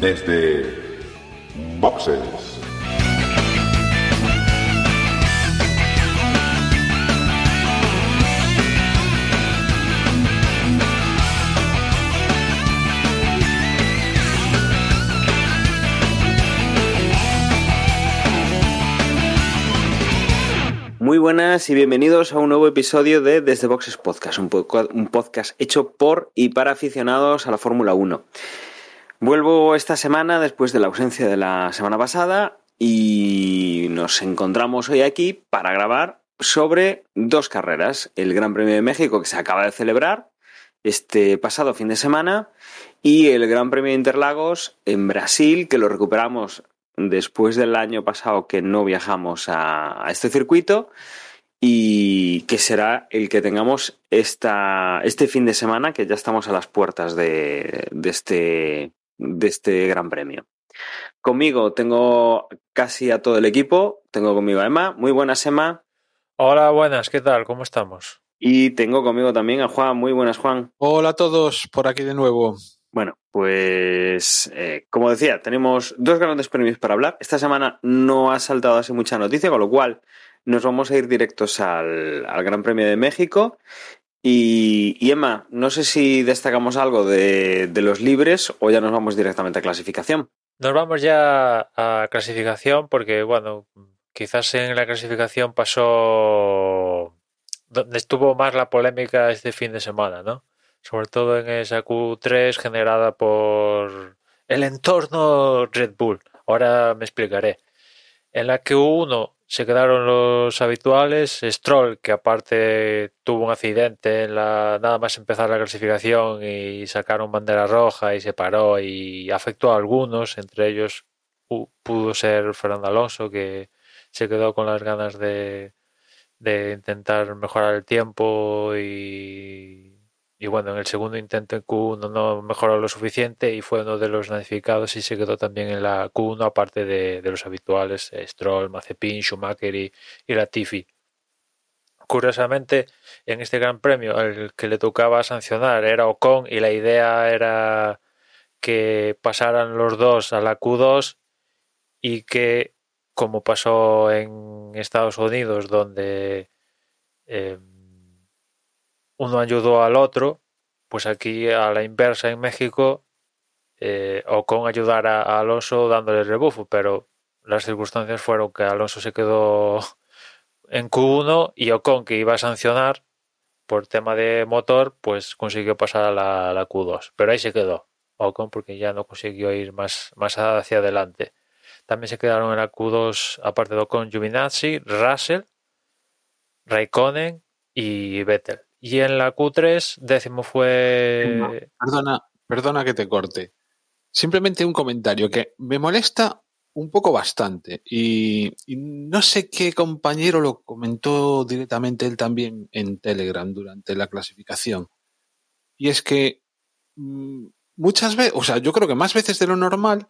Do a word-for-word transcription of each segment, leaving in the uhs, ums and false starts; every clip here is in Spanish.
desde Boxes. Muy buenas y bienvenidos a un nuevo episodio de Desde Boxes Podcast, un, po- un podcast hecho por y para aficionados a la Fórmula uno. Vuelvo esta semana después de la ausencia de la semana pasada y nos encontramos hoy aquí para grabar sobre dos carreras. El Gran Premio de México, que se acaba de celebrar este pasado fin de semana, y el Gran Premio de Interlagos en Brasil, que lo recuperamos después del año pasado que no viajamos a, a este circuito, y que será el que tengamos esta, este fin de semana, que ya estamos a las puertas de, de, este, de este Gran Premio. Conmigo tengo casi a todo el equipo. Tengo conmigo a Emma. Muy buenas, Emma. Hola, buenas, ¿qué tal? ¿Cómo estamos? Y tengo conmigo también a Juan. Muy buenas, Juan. Hola a todos, por aquí de nuevo. Bueno, pues eh, como decía, tenemos dos grandes premios para hablar. Esta semana no ha saltado así mucha noticia, con lo cual nos vamos a ir directos al, al Gran Premio de México. Y, y Emma, no sé si destacamos algo de, de los libres o ya nos vamos directamente a clasificación. Nos vamos ya a clasificación porque, bueno, quizás en la clasificación pasó donde estuvo más la polémica este fin de semana, ¿no? Sobre todo en esa Q tres generada por el entorno Red Bull. Ahora me explicaré. En la Q uno se quedaron los habituales. Stroll, que aparte tuvo un accidente en la, nada más empezar la clasificación y sacaron bandera roja y se paró y afectó a algunos, entre ellos pudo ser Fernando Alonso, que se quedó con las ganas de, de intentar mejorar el tiempo y... Y bueno, en el segundo intento en Q uno no mejoró lo suficiente y fue uno de los damnificados y se quedó también en la Q uno, aparte de, de los habituales, Stroll, Mazepin, Schumacher y, y Latifi. Curiosamente, en este Gran Premio, el que le tocaba sancionar era Ocon y la idea era que pasaran los dos a la Q dos y que, como pasó en Estados Unidos, donde... Eh, uno ayudó al otro, pues aquí a la inversa en México, eh, Ocon ayudara a Alonso dándole rebufo, pero las circunstancias fueron que Alonso se quedó en Q uno y Ocon, que iba a sancionar por tema de motor, pues consiguió pasar a la, a la Q dos, pero ahí se quedó Ocon porque ya no consiguió ir más, más hacia adelante. También se quedaron en la Q dos, aparte de Ocon, Giovinazzi, Russell, Raikkonen y Vettel. Y en la Q tres, décimo fue... Perdona, perdona que te corte. Simplemente un comentario que me molesta un poco bastante. Y, y no sé qué compañero lo comentó directamente él también en Telegram durante la clasificación. Y es que mmm, muchas veces, o sea, yo creo que más veces de lo normal,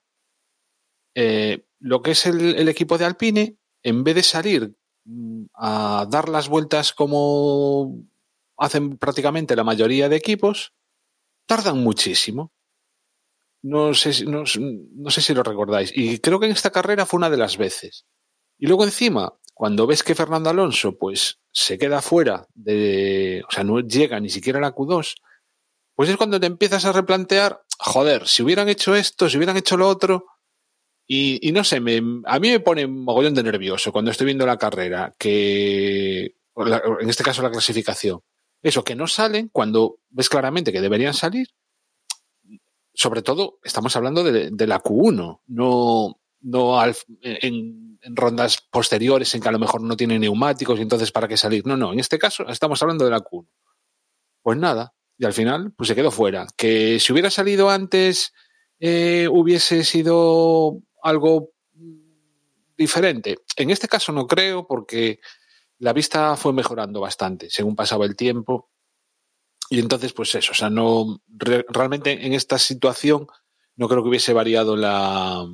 eh, lo que es el, el equipo de Alpine, en vez de salir mmm, a dar las vueltas como... hacen prácticamente la mayoría de equipos, tardan muchísimo. No sé, no, no sé si lo recordáis. Y creo que en esta carrera fue una de las veces. Y luego encima, cuando ves que Fernando Alonso pues se queda fuera de... O sea, no llega ni siquiera a la Q dos, pues es cuando te empiezas a replantear, joder, si hubieran hecho esto, si hubieran hecho lo otro... Y, y no sé, me, a mí me pone un mogollón de nervioso cuando estoy viendo la carrera, que... En este caso la clasificación. Eso, que no salen cuando ves claramente que deberían salir. Sobre todo, estamos hablando de, de la Q uno, no, no al, en, en rondas posteriores en que a lo mejor no tienen neumáticos y entonces ¿para qué salir? No, no, en este caso estamos hablando de la Q uno. Pues nada, y al final pues se quedó fuera. Que si hubiera salido antes eh, hubiese sido algo diferente. En este caso no creo, porque la vista fue mejorando bastante según pasaba el tiempo. Y entonces, pues eso, o sea, no re, realmente en esta situación no creo que hubiese variado la,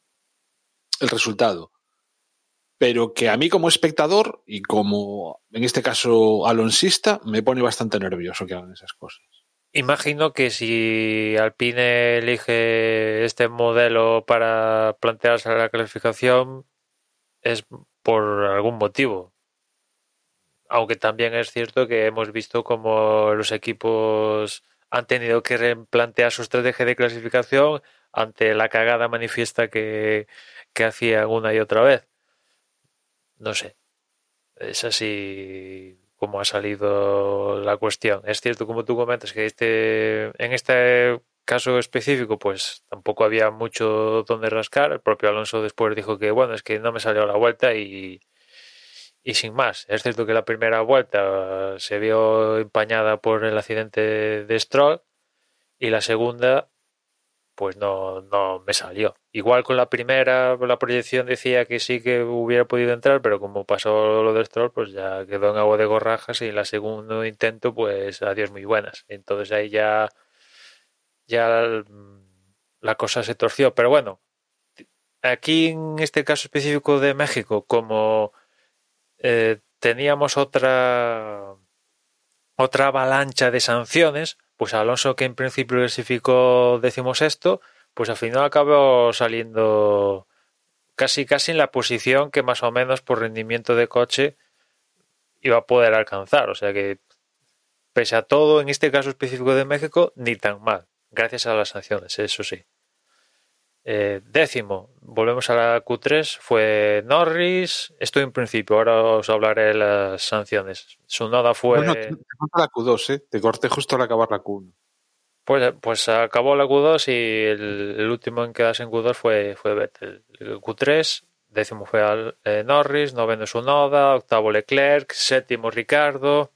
el resultado. Pero que a mí como espectador y como, en este caso, alonsista, me pone bastante nervioso que hagan esas cosas. imagino que si Alpine elige este modelo para plantearse la clasificación es por algún motivo. Aunque también es cierto que hemos visto como los equipos han tenido que replantear su estrategia de clasificación ante la cagada manifiesta que, que hacían una y otra vez. No sé, es así como ha salido la cuestión. Es cierto, como tú comentas, que este, en este caso específico, pues tampoco había mucho donde rascar. El propio Alonso después dijo que, bueno, es que no me salió la vuelta y, y sin más. Es cierto que la primera vuelta se vio empañada por el accidente de Stroll y la segunda pues no, no me salió. Igual con la primera, la proyección decía que sí que hubiera podido entrar, pero como pasó lo de Stroll, pues ya quedó en agua de borrajas y en la segundo intento, pues adiós muy buenas. Entonces ahí ya, ya la cosa se torció. Pero bueno, aquí en este caso específico de México, como eh, teníamos otra otra avalancha de sanciones, pues Alonso, que en principio clasificó decimosexto, pues al final acabó saliendo casi casi en la posición que más o menos por rendimiento de coche iba a poder alcanzar. O sea que pese a todo, en este caso específico de México, ni tan mal, gracias a las sanciones, eso sí. Eh, décimo, volvemos a la Q tres, fue Norris, esto en principio, ahora os hablaré de las sanciones. Tsunoda fue... No, no, te, te falta la Q dos, ¿eh? Te corté justo al acabar la Q uno. Pues, pues acabó la Q dos y el, el último en quedarse en Q dos fue, fue Vettel. El Q tres, décimo fue al, eh, Norris, noveno Tsunoda, octavo Leclerc, séptimo Ricardo,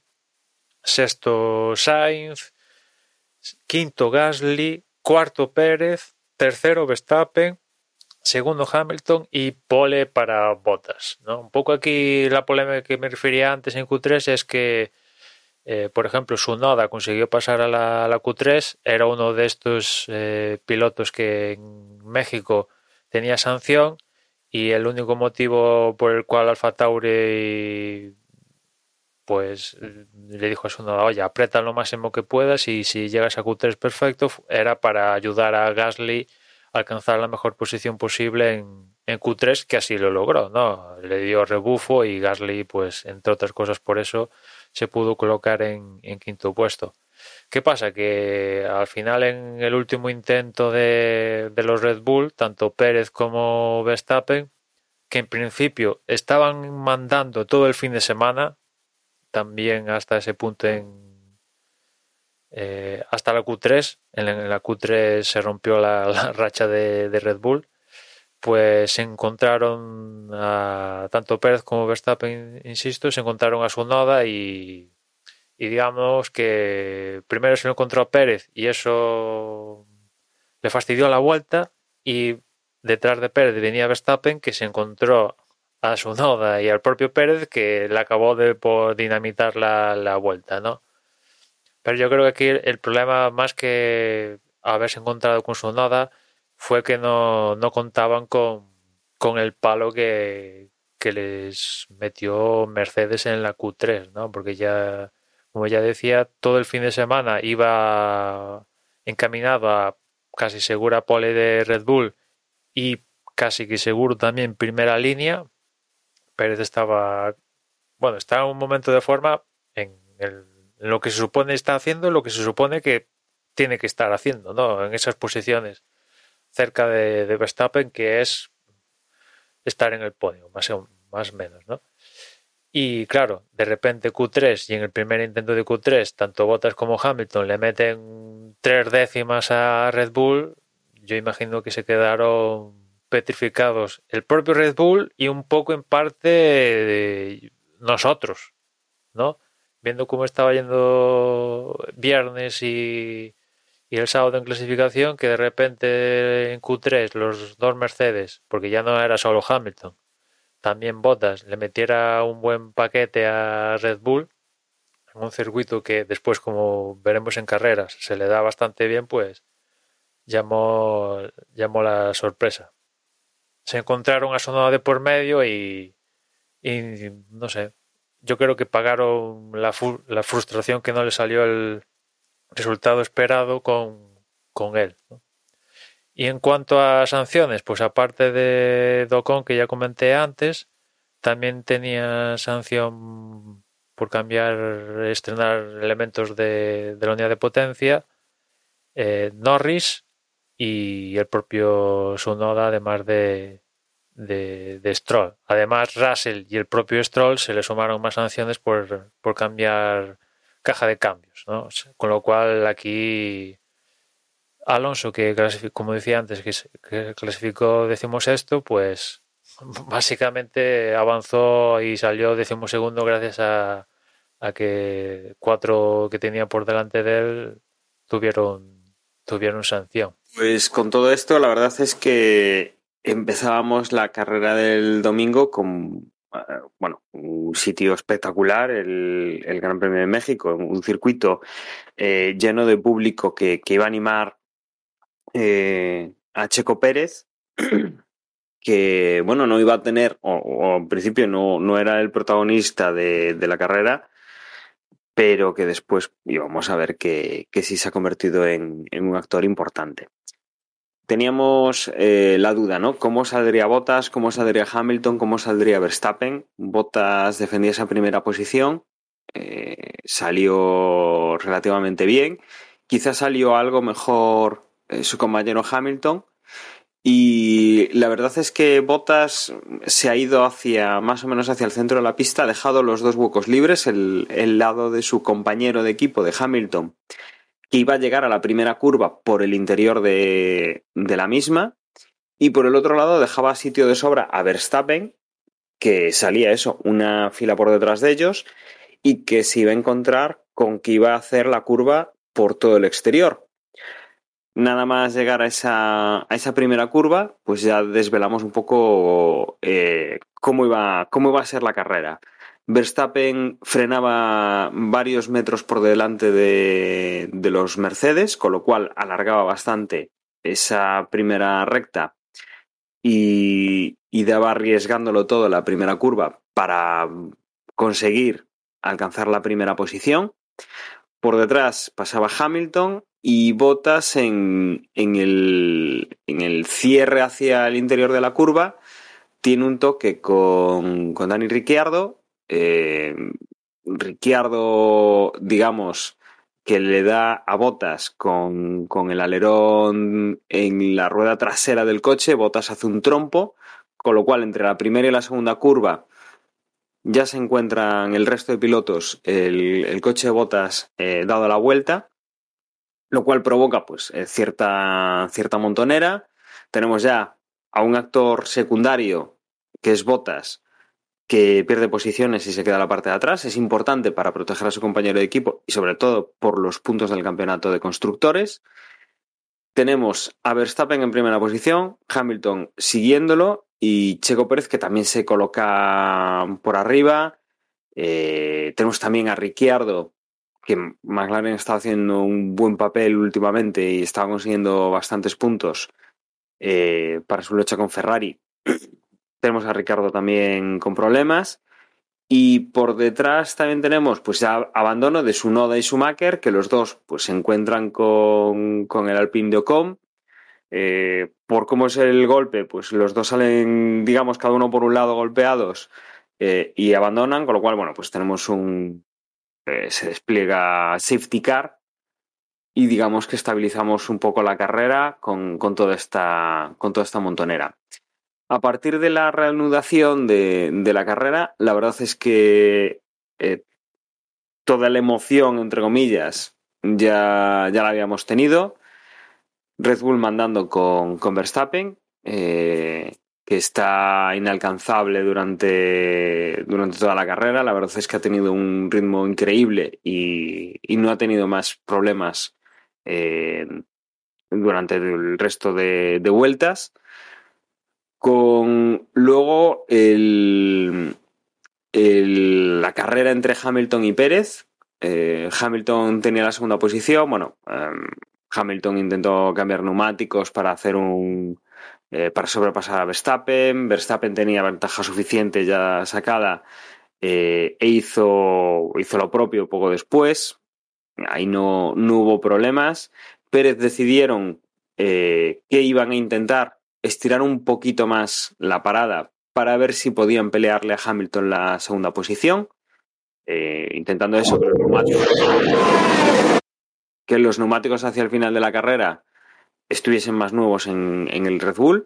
sexto Sainz, quinto Gasly, cuarto Pérez, tercero Verstappen, segundo Hamilton y pole para Bottas, ¿no? Un poco aquí la polémica que me refería antes en Q tres es que Eh, por ejemplo, Tsunoda consiguió pasar a la, a la Q tres, era uno de estos eh, pilotos que en México tenía sanción y el único motivo por el cual Alfa Tauri pues le dijo a Tsunoda, oye, aprieta lo máximo que puedas y si llegas a Q tres perfecto, era para ayudar a Gasly a alcanzar la mejor posición posible en, en Q tres, que así lo logró, ¿no? Le dio rebufo y Gasly, pues entre otras cosas por eso, se pudo colocar en, en quinto puesto. ¿Qué pasa? Que al final en el último intento de, de los Red Bull, tanto Pérez como Verstappen, que en principio estaban mandando todo el fin de semana, también hasta ese punto en eh, hasta la Q tres, en la, en la Q tres se rompió la, la racha de, de Red Bull, pues se encontraron a tanto Pérez como Verstappen, insisto, se encontraron a Tsunoda y, y digamos que primero se lo encontró a Pérez y eso le fastidió la vuelta y detrás de Pérez venía Verstappen que se encontró a Tsunoda y al propio Pérez que le acabó de por dinamitar la, la vuelta, ¿no? Pero yo creo que aquí el problema más que haberse encontrado con Tsunoda fue que no, no contaban con, con el palo que, que les metió Mercedes en la Q tres, ¿no? Porque ya, como ya decía, todo el fin de semana iba encaminado a casi segura pole de Red Bull y casi que seguro también primera línea. Pérez estaba, bueno, estaba en un momento de forma en, el, en lo que se supone está haciendo, lo que se supone que tiene que estar haciendo, ¿no? En esas posiciones cerca de, de Verstappen, que es estar en el podio, más o más menos, ¿no? Y claro, de repente Q tres y en el primer intento de Q tres, tanto Bottas como Hamilton le meten tres décimas a Red Bull, yo imagino que se quedaron petrificados el propio Red Bull y un poco en parte de nosotros, ¿no? Viendo cómo estaba yendo viernes y, y el sábado en clasificación, que de repente en Q tres los dos Mercedes, porque ya no era solo Hamilton, también Bottas le metiera un buen paquete a Red Bull en un circuito que después, como veremos en carreras, se le da bastante bien, pues llamó, llamó la sorpresa. Se encontraron a Tsunoda de por medio y, y no sé, yo creo que pagaron la, fu la frustración que no le salió el, resultado esperado con, con él, ¿no? Y en cuanto a sanciones, pues aparte de Ocon, que ya comenté antes, también tenía sanción por cambiar, estrenar elementos de, de la unidad de potencia, eh, Norris y el propio Tsunoda, además de, de, de Stroll. Además, Russell y el propio Stroll se le sumaron más sanciones por, por cambiar caja de cambios, ¿no? Con lo cual aquí Alonso, que como decía antes, que, que clasificó decimosexto, pues básicamente avanzó y salió decimosegundo gracias a, a que cuatro que tenía por delante de él tuvieron, tuvieron sanción. Pues con todo esto, la verdad es que empezábamos la carrera del domingo con, bueno, un sitio espectacular, el, el Gran Premio de México, un circuito eh, lleno de público que, que iba a animar eh, a Checo Pérez, que, bueno, no iba a tener, o, o en principio no, no era el protagonista de, de la carrera, pero que después íbamos a ver que, que sí se ha convertido en, en un actor importante. Teníamos eh, la duda, ¿no? ¿Cómo saldría Bottas? ¿Cómo saldría Hamilton? ¿Cómo saldría Verstappen? Bottas defendía esa primera posición, eh, salió relativamente bien. Quizás salió algo mejor eh, su compañero Hamilton. Y la verdad es que Bottas se ha ido hacia, más o menos hacia el centro de la pista, ha dejado los dos huecos libres, el, el lado de su compañero de equipo, de Hamilton, que iba a llegar a la primera curva por el interior de, de la misma, y por el otro lado dejaba sitio de sobra a Verstappen, que salía eso, una fila por detrás de ellos, y que se iba a encontrar con que iba a hacer la curva por todo el exterior. Nada más llegar a esa, a esa primera curva, pues ya desvelamos un poco eh, cómo iba, cómo iba a ser la carrera. Verstappen frenaba varios metros por delante de, de los Mercedes, con lo cual alargaba bastante esa primera recta y, y daba arriesgándolo todo la primera curva para conseguir alcanzar la primera posición. Por detrás pasaba Hamilton y Bottas en, en, el, en el cierre hacia el interior de la curva tiene un toque con, con Dani Ricciardo. Eh, Ricciardo, digamos, que le da a Bottas con, con el alerón en la rueda trasera del coche. Bottas hace un trompo, con lo cual entre la primera y la segunda curva ya se encuentran el resto de pilotos, el, el coche de Bottas eh, dado la vuelta, lo cual provoca pues eh, cierta, cierta montonera. Tenemos ya a un actor secundario, que es Bottas, que pierde posiciones y se queda a la parte de atrás. Es importante para proteger a su compañero de equipo y sobre todo por los puntos del campeonato de constructores. Tenemos a Verstappen en primera posición, Hamilton siguiéndolo y Checo Pérez, que también se coloca por arriba. Eh, tenemos también a Ricciardo, que McLaren está haciendo un buen papel últimamente y está consiguiendo bastantes puntos eh, para su lucha con Ferrari. Tenemos a Ricciardo también con problemas. Y por detrás también tenemos pues ya abandono de Tsunoda y Schumacher, que los dos pues se encuentran con, con el Alpine de Ocon. Eh, por cómo es el golpe, pues los dos salen, digamos, cada uno por un lado golpeados eh, y abandonan, con lo cual, bueno, pues tenemos un... Eh, se despliega safety car y digamos que estabilizamos un poco la carrera con, con, toda, esta, con toda esta montonera. A partir de la reanudación de, de la carrera, la verdad es que eh, toda la emoción, entre comillas, ya, ya la habíamos tenido. Red Bull mandando con, con Verstappen, eh, que está inalcanzable durante, durante toda la carrera. La verdad es que ha tenido un ritmo increíble y, y no ha tenido más problemas eh, durante el resto de, de vueltas. Con luego el, el, la carrera entre Hamilton y Pérez. Eh, Hamilton tenía la segunda posición. Bueno, eh, Hamilton intentó cambiar neumáticos para hacer un eh, para sobrepasar a Verstappen. Verstappen tenía ventaja suficiente ya sacada eh, e hizo, hizo lo propio poco después. ahí no, no hubo problemas. Pérez decidieron eh, que iban a intentar estirar un poquito más la parada para ver si podían pelearle a Hamilton la segunda posición, eh, intentando eso, que los neumáticos, que los neumáticos hacia el final de la carrera estuviesen más nuevos en, en el Red Bull.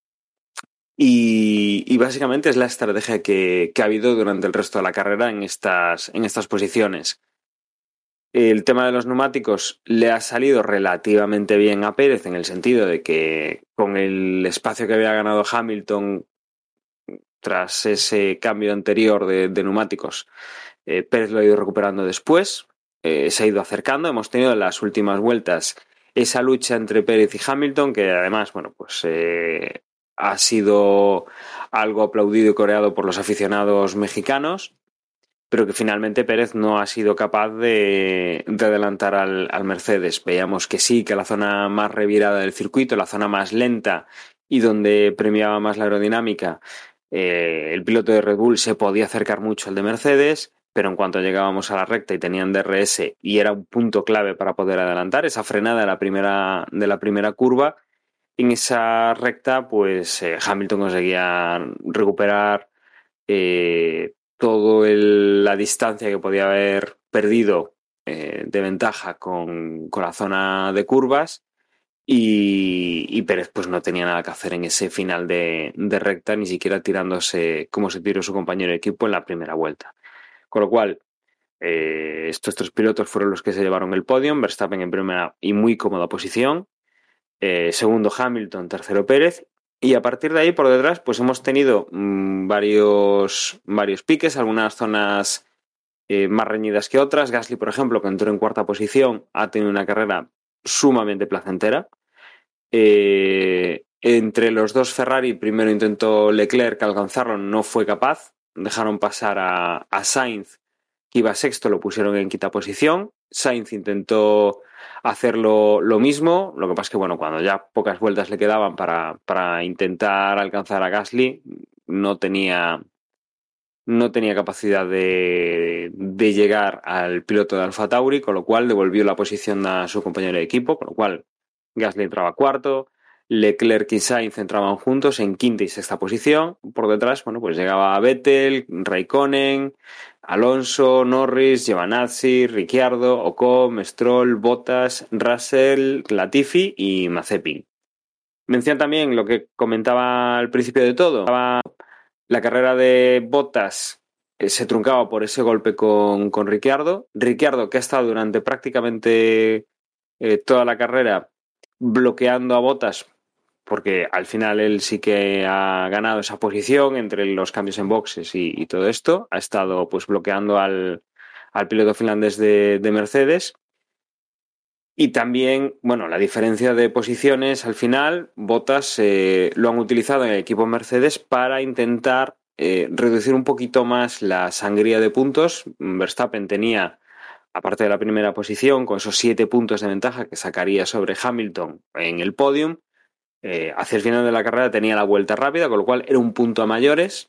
Y, y básicamente es la estrategia que, que ha habido durante el resto de la carrera en estas, en estas posiciones. El tema de los neumáticos le ha salido relativamente bien a Pérez en el sentido de que con el espacio que había ganado Hamilton tras ese cambio anterior de, de neumáticos, eh, Pérez lo ha ido recuperando después, eh, se ha ido acercando. Hemos tenido en las últimas vueltas esa lucha entre Pérez y Hamilton, que además, bueno, pues eh, ha sido algo aplaudido y coreado por los aficionados mexicanos, pero que finalmente Pérez no ha sido capaz de, de adelantar al, al Mercedes. Veíamos que sí, que la zona más revirada del circuito, la zona más lenta y donde premiaba más la aerodinámica, eh, el piloto de Red Bull se podía acercar mucho al de Mercedes, pero en cuanto llegábamos a la recta y tenían D R S y era un punto clave para poder adelantar, esa frenada de la primera, de la primera curva, en esa recta pues eh, Hamilton conseguía recuperar eh, toda la distancia que podía haber perdido eh, de ventaja con, con la zona de curvas, y, y Pérez pues no tenía nada que hacer en ese final de, de recta, ni siquiera tirándose como se tiró su compañero de equipo en la primera vuelta. Con lo cual, eh, estos tres pilotos fueron los que se llevaron el podio. Verstappen en primera y muy cómoda posición, eh, segundo Hamilton, tercero Pérez, y a partir de ahí por detrás pues hemos tenido mmm, varios, varios piques, algunas zonas eh, más reñidas que otras. Gasly, por ejemplo, que entró en cuarta posición, ha tenido una carrera sumamente placentera. Eh, entre los dos Ferrari, primero intentó Leclerc alcanzarlo, no fue capaz, dejaron pasar a, a Sainz, que iba sexto, lo pusieron en quinta posición. Sainz intentó hacerlo lo mismo, lo que pasa es que bueno, cuando ya pocas vueltas le quedaban para, para intentar alcanzar a Gasly, no tenía, no tenía capacidad de, de llegar al piloto de AlphaTauri, con lo cual devolvió la posición a su compañero de equipo, con lo cual Gasly entraba cuarto, Leclerc y Sainz entraban juntos en quinta y sexta posición. Por detrás, bueno, pues llegaba Vettel, Raikkonen, Alonso, Norris, Giovinazzi, Ricciardo, Ocon, Stroll, Bottas, Russell, Latifi y Mazepin. Mención también lo que comentaba al principio de todo. La carrera de Bottas eh, se truncaba por ese golpe con, con Ricciardo. Ricciardo, que ha estado durante prácticamente eh, toda la carrera bloqueando a Bottas, porque al final él sí que ha ganado esa posición entre los cambios en boxes y, y todo esto. Ha estado pues bloqueando al, al piloto finlandés de, de Mercedes. Y también, bueno, la diferencia de posiciones al final, Bottas eh, lo han utilizado en el equipo Mercedes para intentar eh, reducir un poquito más la sangría de puntos. Verstappen tenía, aparte de la primera posición, con esos siete puntos de ventaja que sacaría sobre Hamilton en el podium, eh, hacia el final de la carrera tenía la vuelta rápida, con lo cual era un punto a mayores.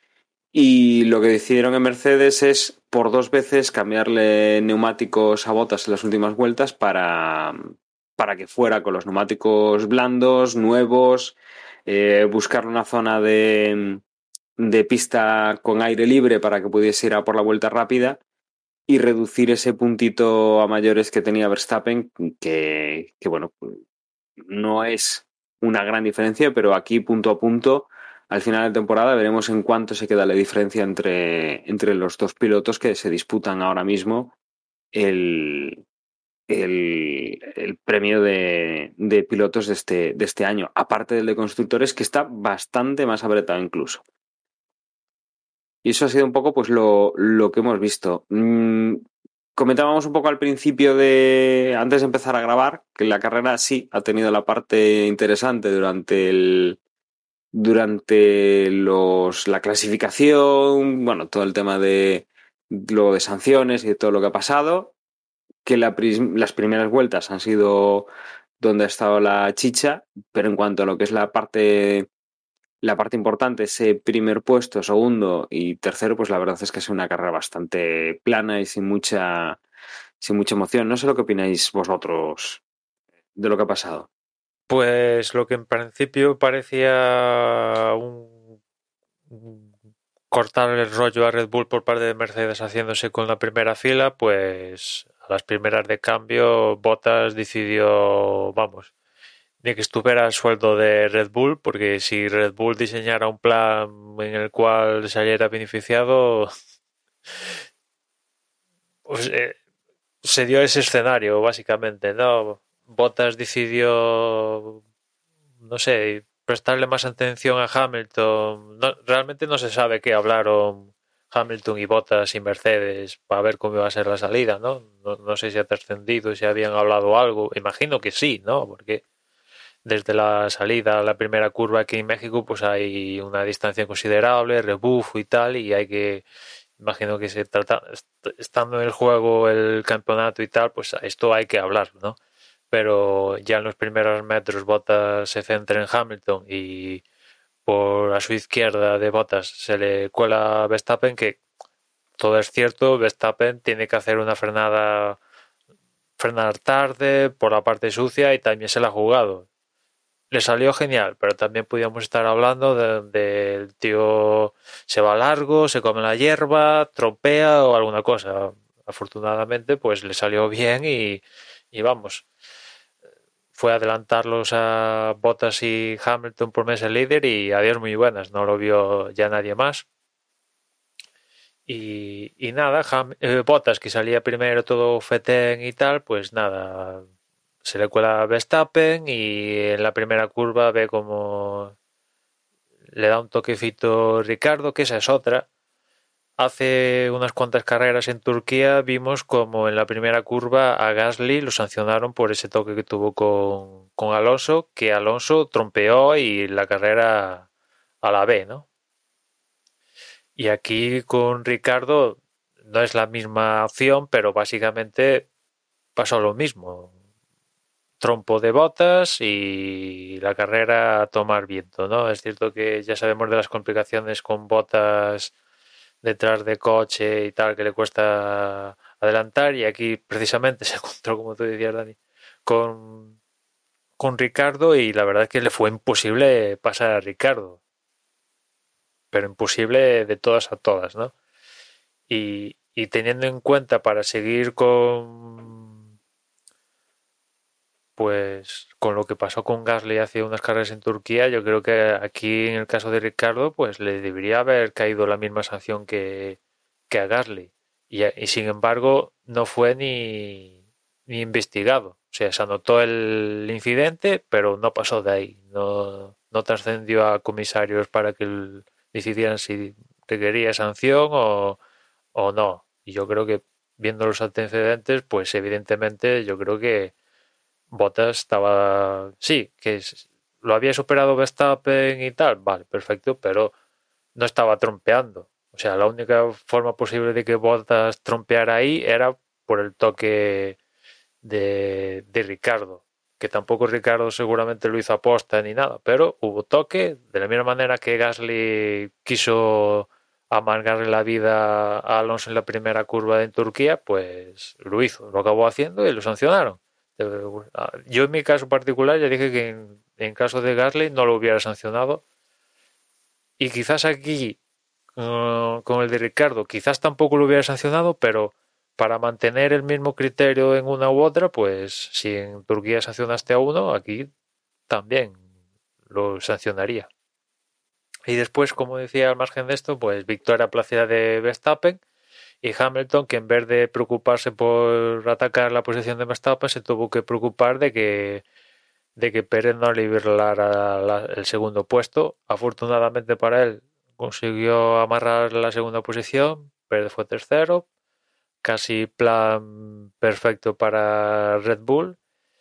Y lo que decidieron en Mercedes es por dos veces cambiarle neumáticos a Bottas en las últimas vueltas para, para que fuera con los neumáticos blandos, nuevos, eh, buscar una zona de, de pista con aire libre para que pudiese ir a por la vuelta rápida y reducir ese puntito a mayores que tenía Verstappen, que, que bueno, no es una gran diferencia, pero aquí punto a punto al final de temporada veremos en cuánto se queda la diferencia entre, entre los dos pilotos que se disputan ahora mismo el, el, el premio de, de pilotos de este, de este año, aparte del de constructores, que está bastante más apretado incluso. Y eso ha sido un poco pues lo, lo que hemos visto. Mm, comentábamos un poco al principio de, antes de empezar a grabar, que la carrera sí ha tenido la parte interesante durante el durante los la clasificación, bueno, todo el tema de lo de sanciones y todo lo que ha pasado, que la, las primeras vueltas han sido donde ha estado la chicha, pero en cuanto a lo que es la parte la parte importante, ese primer puesto, segundo y tercero, pues la verdad es que es una carrera bastante plana y sin mucha sin mucha emoción. No sé lo que opináis vosotros de lo que ha pasado. Pues lo que en principio parecía un, un cortar el rollo a Red Bull por parte de Mercedes haciéndose con la primera fila, pues a las primeras de cambio Bottas decidió, vamos, de que estuviera el sueldo de Red Bull, porque si Red Bull diseñara un plan en el cual saliera beneficiado, pues eh, se dio ese escenario básicamente, ¿no? Bottas decidió, no sé, prestarle más atención a Hamilton. No, realmente no se sabe qué hablaron Hamilton y Bottas y Mercedes para ver cómo iba a ser la salida, ¿no? No, no sé si ha trascendido, si habían hablado algo. Imagino que sí, ¿no? Porque desde la salida a la primera curva aquí en México pues hay una distancia considerable, rebufo y tal, y hay que, imagino que se trata, estando en el juego el campeonato y tal, pues esto hay que hablar, ¿no? Pero ya en los primeros metros Bottas se centra en Hamilton y por a su izquierda de Bottas se le cuela Verstappen, que todo es cierto, Verstappen tiene que hacer una frenada, frenar tarde por la parte sucia y también se la ha jugado. Le salió genial, pero también podíamos estar hablando del de, de tío se va largo, se come la hierba, tropea o alguna cosa. Afortunadamente, pues le salió bien y, y vamos, fue adelantarlos a Bottas y Hamilton por mes el líder y adiós muy buenas, no lo vio ya nadie más. Y, y nada, Ham, eh, Bottas que salía primero todo fetén y tal, pues nada, se le cuela a Verstappen y en la primera curva ve como le da un toquecito Ricardo, que esa es otra. Hace unas cuantas carreras en Turquía vimos como en la primera curva a Gasly lo sancionaron por ese toque que tuvo con, con Alonso, que Alonso trompeó y la carrera a la B, ¿no? Y aquí con Ricardo no es la misma acción, pero básicamente pasó lo mismo. Trompo de Bottas y la carrera a tomar viento, ¿no? Es cierto que ya sabemos de las complicaciones con Bottas detrás de coche y tal, que le cuesta adelantar, y aquí precisamente se encontró, como tú decías, Dani, con, con Ricardo y la verdad es que le fue imposible pasar a Ricardo, pero imposible de todas a todas, ¿no? Y, y teniendo en cuenta para seguir con pues con lo que pasó con Gasly hace unas carreras en Turquía, yo creo que aquí en el caso de Ricardo pues le debería haber caído la misma sanción que, que a Gasly y, y sin embargo no fue ni, ni investigado, o sea, se anotó el incidente pero no pasó de ahí, no, no trascendió a comisarios para que el, decidieran si requería sanción o, o no, y yo creo que viendo los antecedentes pues evidentemente yo creo que Bottas estaba, sí, que es, lo había superado Verstappen y tal, vale, perfecto, pero no estaba trompeando. O sea, la única forma posible de que Bottas trompeara ahí era por el toque de, de Ricardo, que tampoco Ricardo seguramente lo hizo aposta ni nada, pero hubo toque, de la misma manera que Gasly quiso amargarle la vida a Alonso en la primera curva en Turquía, pues lo hizo, lo acabó haciendo y lo sancionaron. Yo en mi caso particular ya dije que en, en caso de Gasly no lo hubiera sancionado y quizás aquí uh, con el de Ricardo quizás tampoco lo hubiera sancionado, pero para mantener el mismo criterio en una u otra, pues si en Turquía sancionaste a uno, aquí también lo sancionaría. Y después, como decía, al margen de esto, pues victoria plácida de Verstappen y Hamilton, que en vez de preocuparse por atacar la posición de Verstappen, se tuvo que preocupar de que de que Pérez no liberara la, el segundo puesto. Afortunadamente para él consiguió amarrar la segunda posición, Pérez fue tercero, casi plan perfecto para Red Bull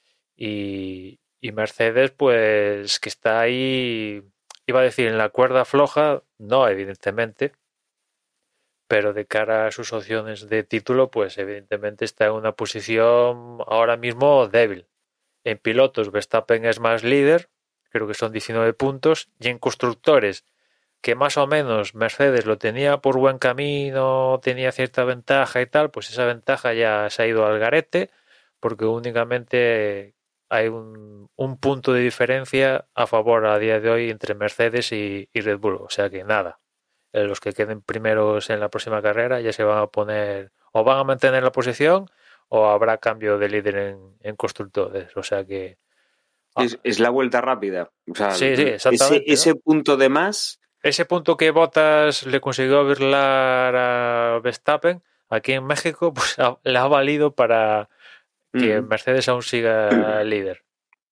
y, y Mercedes pues que está ahí, iba a decir en la cuerda floja, no evidentemente, pero de cara a sus opciones de título, pues evidentemente está en una posición ahora mismo débil. En pilotos, Verstappen es más líder, creo que son diecinueve puntos, y en constructores, que más o menos Mercedes lo tenía por buen camino, tenía cierta ventaja y tal, pues esa ventaja ya se ha ido al garete, porque únicamente hay un, un punto de diferencia a favor a día de hoy entre Mercedes y, y Red Bull. O sea que nada, eh, los que queden primeros en la próxima carrera ya se van a poner, o van a mantener la posición, o habrá cambio de líder en, en constructores. O sea que... ah, Es, es la vuelta rápida. O sea, sí, sí, ese, exactamente, ese ¿no? punto de más. Ese punto que Bottas le consiguió burlar a Verstappen aquí en México, pues ha- le ha valido para que mm, Mercedes aún siga líder.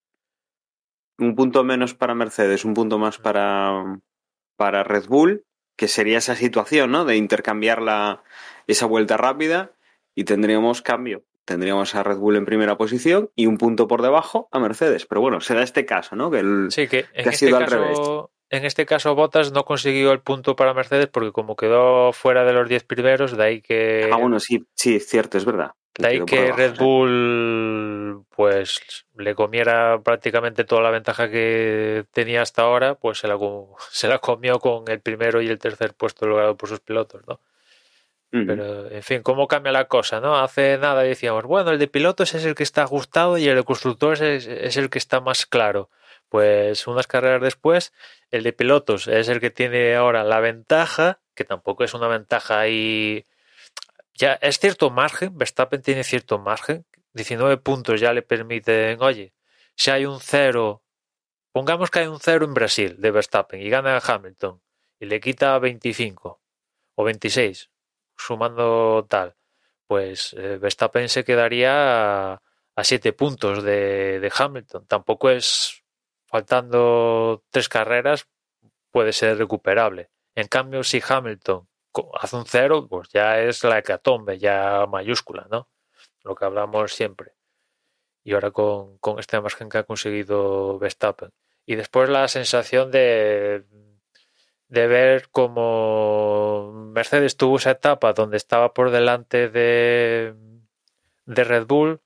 un punto menos para Mercedes, un punto más para, para Red Bull, que sería esa situación, ¿no? De intercambiar la, esa vuelta rápida y tendríamos cambio. Tendríamos a Red Bull en primera posición y un punto por debajo a Mercedes. Pero bueno, se da este caso, ¿no? Que, el, Sí, que que en ha este sido al revés. caso, en este caso Bottas no consiguió el punto para Mercedes porque como quedó fuera de los diez primeros, de ahí Ah, que bueno, sí, sí, es cierto, es verdad. Que de ahí quedó por que debajo, Red sí. Bull pues le comiera prácticamente toda la ventaja que tenía hasta ahora, pues se la, co- se la comió con el primero y el tercer puesto logrado por sus pilotos, ¿no? Ujú. Pero, en fin, cómo cambia la cosa, ¿no? Hace nada decíamos, bueno, el de pilotos es el que está ajustado y el de constructores es, es el que está más claro. Pues unas carreras después, el de pilotos es el que tiene ahora la ventaja, que tampoco es una ventaja ahí. Ya es cierto margen, Verstappen tiene cierto margen, diecinueve puntos ya le permiten, oye, si hay un cero, pongamos que hay un cero en Brasil de Verstappen y gana Hamilton y le quita veinticinco o veintiséis, sumando tal, pues eh, Verstappen se quedaría a, a siete puntos de, de Hamilton. Tampoco es, faltando tres carreras, puede ser recuperable. En cambio, si Hamilton co- hace un cero, pues ya es la hecatombe, ya mayúscula, ¿no? Lo que hablamos siempre. Y ahora con, con este margen que ha conseguido Verstappen. Y después la sensación de, de ver cómo Mercedes tuvo esa etapa donde estaba por delante de, de Red Bull,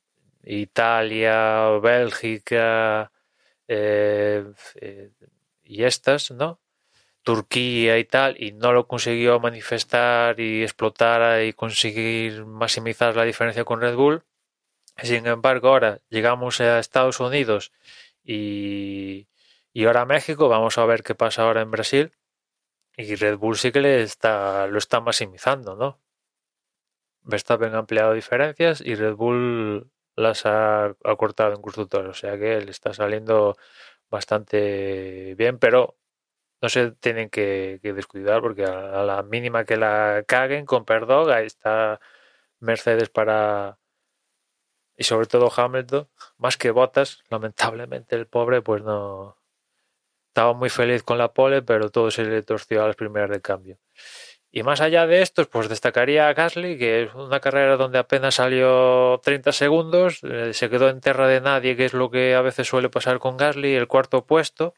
Italia, Bélgica eh, eh, y estas, ¿no? Turquía y tal, y no lo consiguió manifestar y explotar y conseguir maximizar la diferencia con Red Bull. Sin embargo, ahora llegamos a Estados Unidos y, y ahora a México, vamos a ver qué pasa ahora en Brasil. Y Red Bull sí que le está, lo está maximizando, ¿no? Verstappen ha ampliado diferencias y Red Bull las ha acortado en constructores. O sea que le está saliendo bastante bien, pero no se tienen que, que descuidar porque a, a la mínima que la caguen, con perdón, ahí está Mercedes para... Y sobre todo Hamilton, más que Bottas, lamentablemente el pobre pues no... Estaba muy feliz con la pole, pero todo se le torció a las primeras de cambio. Y más allá de estos, pues destacaría a Gasly, que es una carrera donde apenas salió treinta segundos, eh, se quedó en tierra de nadie, que es lo que a veces suele pasar con Gasly, el cuarto puesto.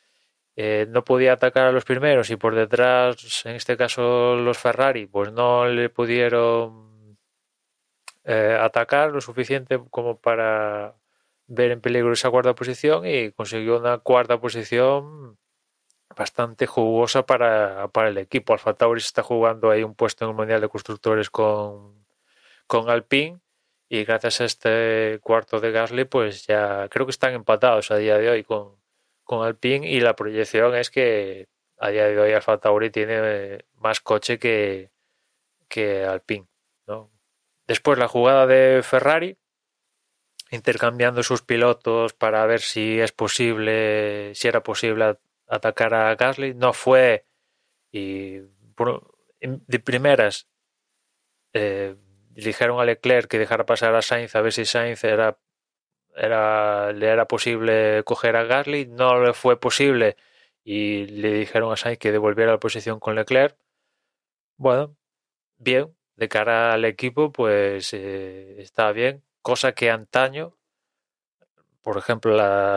Eh, no podía atacar a los primeros y por detrás, en este caso los Ferrari, pues no le pudieron eh, atacar lo suficiente como para ver en peligro esa cuarta posición y consiguió una cuarta posición bastante jugosa para, para el equipo. Alfa Tauri se está jugando ahí un puesto en el Mundial de Constructores con, con Alpine y gracias a este cuarto de Gasly pues ya creo que están empatados a día de hoy con, con Alpine y la proyección es que a día de hoy Alfa Tauri tiene más coche que, que Alpine, ¿no? Después la jugada de Ferrari intercambiando sus pilotos para ver si es posible, si era posible atacar a Gasly. No fue y por, de primeras eh, dijeron a Leclerc que dejara pasar a Sainz a ver si Sainz era, era, le era posible coger a Gasly. No le fue posible y le dijeron a Sainz que devolviera la posición con Leclerc. Bueno, bien, de cara al equipo pues eh, está bien, cosa que antaño, por ejemplo,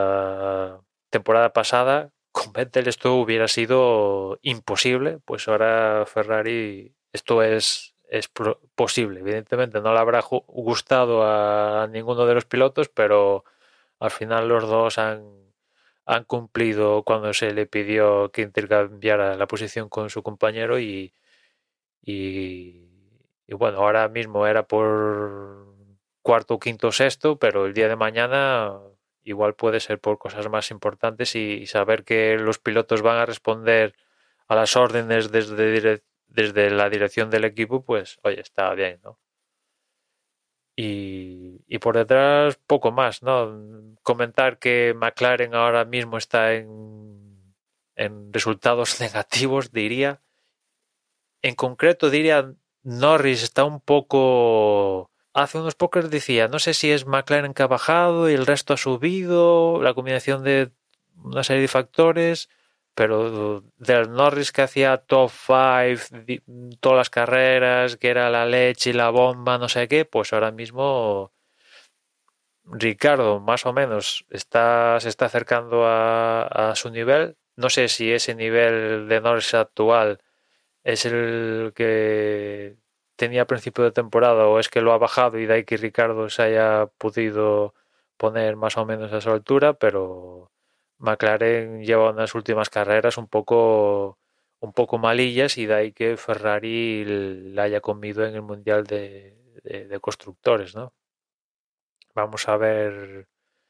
la temporada pasada, con Vettel esto hubiera sido imposible, pues ahora Ferrari esto es, es posible. Evidentemente no le habrá gustado a ninguno de los pilotos, pero al final los dos han, han cumplido cuando se le pidió que intercambiara la posición con su compañero y, y, y bueno, ahora mismo era por cuarto, quinto, sexto, pero el día de mañana igual puede ser por cosas más importantes y, y saber que los pilotos van a responder a las órdenes desde, desde la dirección del equipo, pues oye, está bien, ¿no? Y, y por detrás poco más, ¿no? Comentar que McLaren ahora mismo está en, en resultados negativos, diría. En concreto diría Norris está un poco... Hace unos pocos decía, no sé si es McLaren que ha bajado y el resto ha subido, la combinación de una serie de factores, pero del Norris que hacía top cinco todas las carreras, que era la leche y la bomba, no sé qué, pues ahora mismo Ricardo más o menos está, se está acercando a, a su nivel. No sé si ese nivel de Norris actual es el que tenía a principio de temporada o es que lo ha bajado y de ahí que Ricardo se haya podido poner más o menos a su altura, pero McLaren lleva unas últimas carreras un poco un poco malillas y de ahí que Ferrari la haya comido en el Mundial de, de, de Constructores, ¿no? Vamos a ver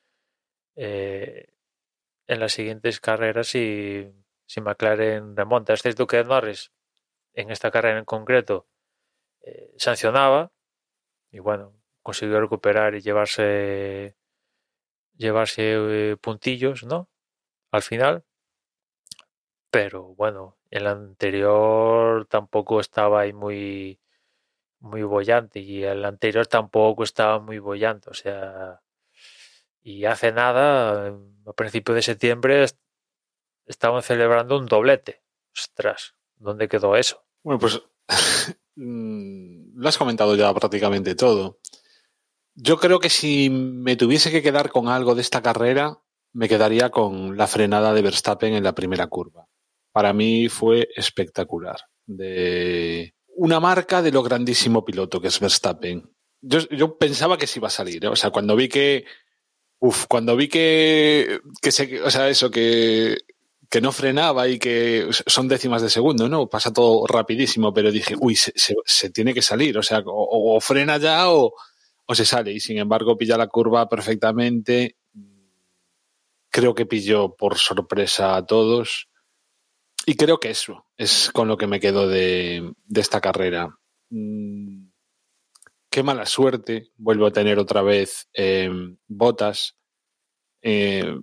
eh, en las siguientes carreras si, si McLaren remonta. Es cierto que Norris en esta carrera en concreto eh, sancionaba y bueno, consiguió recuperar y llevarse llevarse eh, puntillos, ¿no? Al final, pero bueno, el anterior tampoco estaba ahí muy muy bollante y el anterior tampoco estaba muy bollante, o sea, y hace nada, a principios de septiembre estaban celebrando un doblete. Ostras, ¿dónde quedó eso? Bueno, pues lo has comentado ya prácticamente todo. Yo creo que si me tuviese que quedar con algo de esta carrera, me quedaría con la frenada de Verstappen en la primera curva. Para mí fue espectacular. De una marca de lo grandísimo piloto que es Verstappen. Yo, yo pensaba que sí iba a salir, ¿eh? O sea, cuando vi que Uf, cuando vi que, que se, o sea, eso, que, que no frenaba y que son décimas de segundo, ¿no? Pasa todo rapidísimo, pero dije, uy, se, se, se tiene que salir, o sea, o, o frena ya o, o se sale. Y sin embargo, pilla la curva perfectamente. Creo que pilló por sorpresa a todos. Y creo que eso es con lo que me quedo de, de esta carrera. Mm. Qué mala suerte, vuelvo a tener otra vez eh, Bottas. Eh,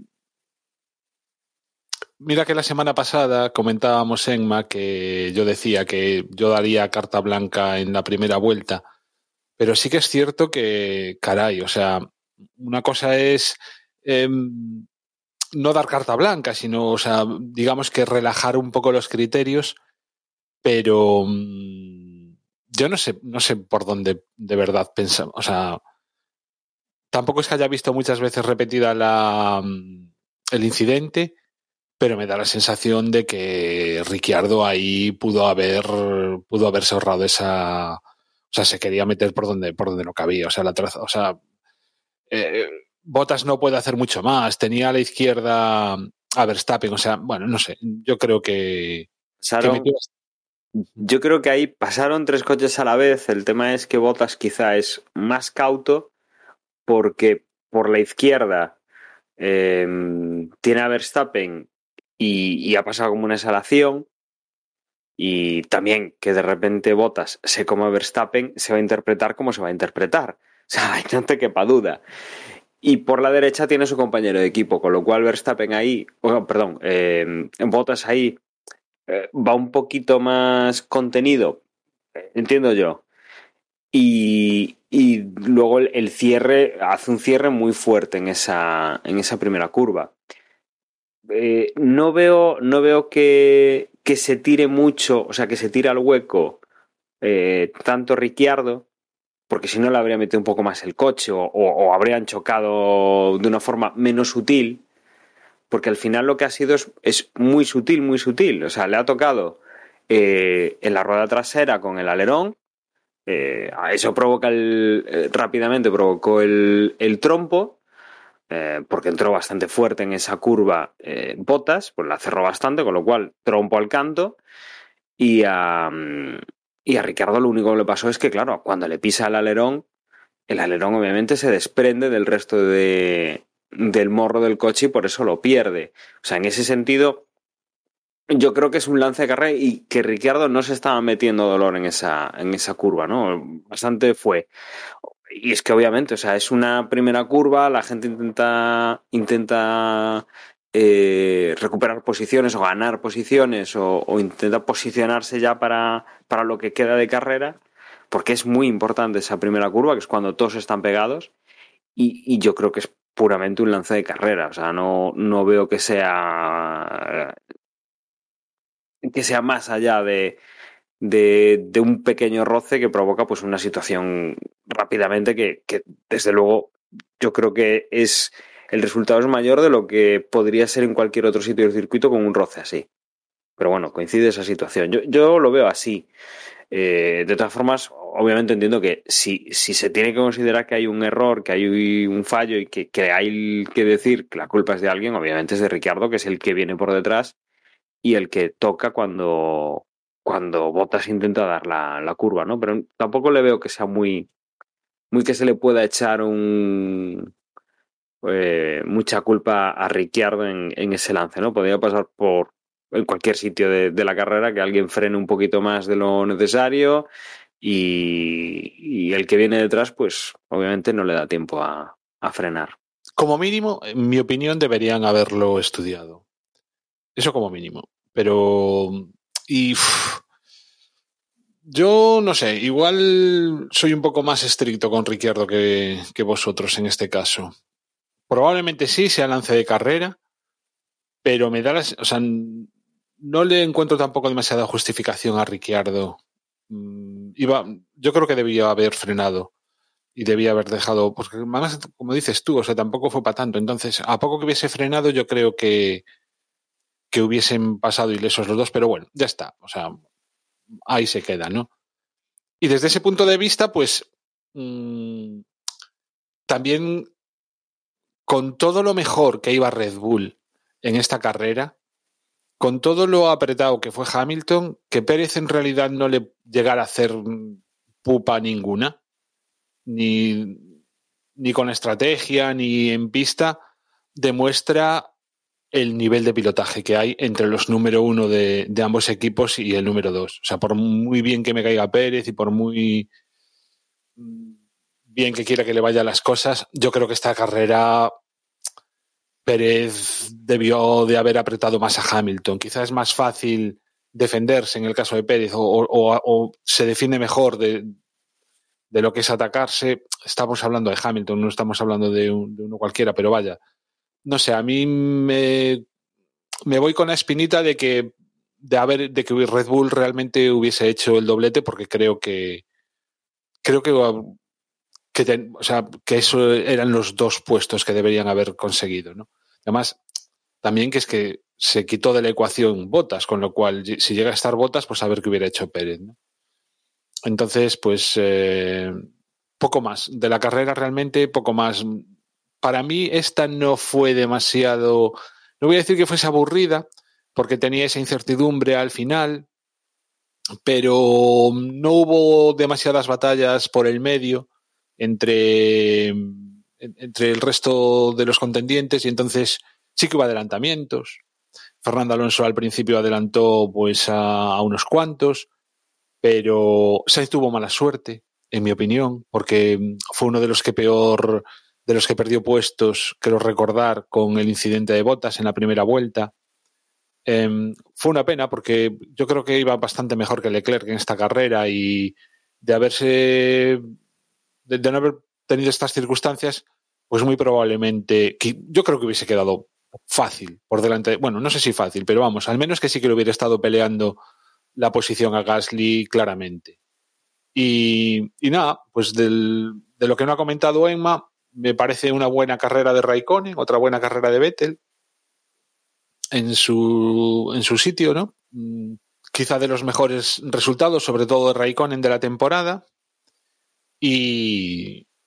mira que la semana pasada comentábamos, Enma, que yo decía que yo daría carta blanca en la primera vuelta, pero sí que es cierto que, caray, o sea, una cosa es eh, no dar carta blanca, sino, o sea, digamos que relajar un poco los criterios, pero yo no sé, no sé por dónde de verdad pensamos, o sea, tampoco es que haya visto muchas veces repetida la, el incidente, pero me da la sensación de que Ricciardo ahí pudo haber pudo haberse ahorrado esa, o sea, se quería meter por donde por donde no cabía, o sea, la traza, o sea, eh, Bottas no puede hacer mucho más, tenía a la izquierda a Verstappen, o sea, bueno, no sé, yo creo que, Pasaron, que metió... yo creo que ahí pasaron tres coches a la vez. El tema es que Bottas quizá es más cauto porque por la izquierda eh, tiene a Verstappen y, y ha pasado como una exhalación, y también que de repente Bottas se coma a Verstappen se va a interpretar como se va a interpretar, o sea, no te quepa duda. Y por la derecha tiene su compañero de equipo, con lo cual Verstappen ahí, oh, perdón, eh, Bottas ahí eh, va un poquito más contenido, entiendo yo. Y, y luego el, el cierre, hace un cierre muy fuerte en esa, en esa primera curva. Eh, no veo, no veo que, que se tire mucho, o sea, que se tire al hueco eh, tanto Ricciardo, porque si no le habría metido un poco más el coche o, o, o habrían chocado de una forma menos sutil, porque al final lo que ha sido es, es muy sutil, muy sutil. O sea, le ha tocado eh, en la rueda trasera con el alerón. Eh, a eso provoca el, eh, rápidamente provocó el, el trompo. eh, porque entró bastante fuerte en esa curva eh, Bottas, pues la cerró bastante, con lo cual trompo al canto. Y a, y a Ricciardo lo único que le pasó es que, claro, cuando le pisa el alerón, el alerón obviamente se desprende del resto de, del morro del coche y por eso lo pierde. O sea, en ese sentido, yo creo que es un lance de carrera y que Ricciardo no se estaba metiendo dolor en esa, en esa curva, ¿no? Bastante fue. Y es que obviamente, o sea, es una primera curva, la gente intenta, intenta eh, recuperar posiciones o ganar posiciones o, o intenta posicionarse ya para, para lo que queda de carrera, porque es muy importante esa primera curva, que es cuando todos están pegados, y, y yo creo que es puramente un lance de carrera, o sea, no, no veo que sea que sea más allá de De, de un pequeño roce que provoca pues una situación rápidamente que, que desde luego yo creo que es el resultado es mayor de lo que podría ser en cualquier otro sitio del circuito con un roce así. Pero bueno, coincide esa situación. Yo, yo lo veo así. Eh, de todas formas, obviamente entiendo que si, si se tiene que considerar que hay un error, que hay un fallo y que, que hay que decir que la culpa es de alguien, obviamente es de Ricciardo, que es el que viene por detrás y el que toca cuando, cuando Bottas intenta dar la, la curva, ¿no? Pero tampoco le veo que sea muy, muy que se le pueda echar un eh, mucha culpa a Ricciardo en, en ese lance, ¿no? Podría pasar por en cualquier sitio de, de la carrera que alguien frene un poquito más de lo necesario y, y el que viene detrás, pues obviamente no le da tiempo a, a frenar. Como mínimo, en mi opinión, deberían haberlo estudiado. Eso como mínimo. Pero... Y... Uf, yo no sé, igual soy un poco más estricto con Ricciardo que, que vosotros en este caso. Probablemente sí sea lance de carrera, pero me da la... O sea, no le encuentro tampoco demasiada justificación a Ricciardo. Iba, yo creo que debía haber frenado y debía haber dejado, porque además, como dices tú, o sea, tampoco fue para tanto. Entonces, a poco que hubiese frenado, yo creo que, que hubiesen pasado ilesos los dos, pero bueno, ya está. O sea, ahí se queda, ¿no? Y desde ese punto de vista, pues mmm, también con todo lo mejor que iba Red Bull en esta carrera, con todo lo apretado que fue Hamilton, que Pérez en realidad no le llegara a hacer pupa ninguna, ni, ni con estrategia, ni en pista, demuestra el nivel de pilotaje que hay entre los número uno de, de ambos equipos y el número dos. O sea, por muy bien que me caiga Pérez y por muy bien que quiera que le vayan las cosas, yo creo que esta carrera Pérez debió de haber apretado más a Hamilton. Quizás es más fácil defenderse en el caso de Pérez o, o, o se defiende mejor de, de lo que es atacarse. Estamos hablando de Hamilton, no estamos hablando de, un, de uno cualquiera, pero vaya, no sé, a mí me, me voy con la espinita de que de haber de que Red Bull realmente hubiese hecho el doblete, porque creo que creo que que, ten, o sea, que eso eran los dos puestos que deberían haber conseguido, ¿no? Además, también que es que se quitó de la ecuación Bottas, con lo cual, si llega a estar Bottas, pues a ver qué hubiera hecho Pérez, ¿no? Entonces, pues, eh, poco más. De la carrera realmente, poco más. Para mí, esta no fue demasiado... No voy a decir que fuese aburrida, porque tenía esa incertidumbre al final, pero no hubo demasiadas batallas por el medio entre, entre el resto de los contendientes y entonces sí que hubo adelantamientos. Fernando Alonso al principio adelantó pues a, a unos cuantos, pero Sainz tuvo mala suerte, en mi opinión, porque fue uno de los que peor, de los que perdió puestos, creo recordar, con el incidente de Bottas en la primera vuelta. Eh, fue una pena porque yo creo que iba bastante mejor que Leclerc en esta carrera y de haberse de, de no haber tenido estas circunstancias, pues muy probablemente que yo creo que hubiese quedado fácil por delante, bueno, no sé si fácil, pero vamos, al menos que sí que le hubiera estado peleando la posición a Gasly claramente. Y, y nada, pues del, de lo que no ha comentado Emma, me parece una buena carrera de Raikkonen, otra buena carrera de Vettel en su, en su sitio, ¿no? Quizá de los mejores resultados, sobre todo de Raikkonen de la temporada. Y,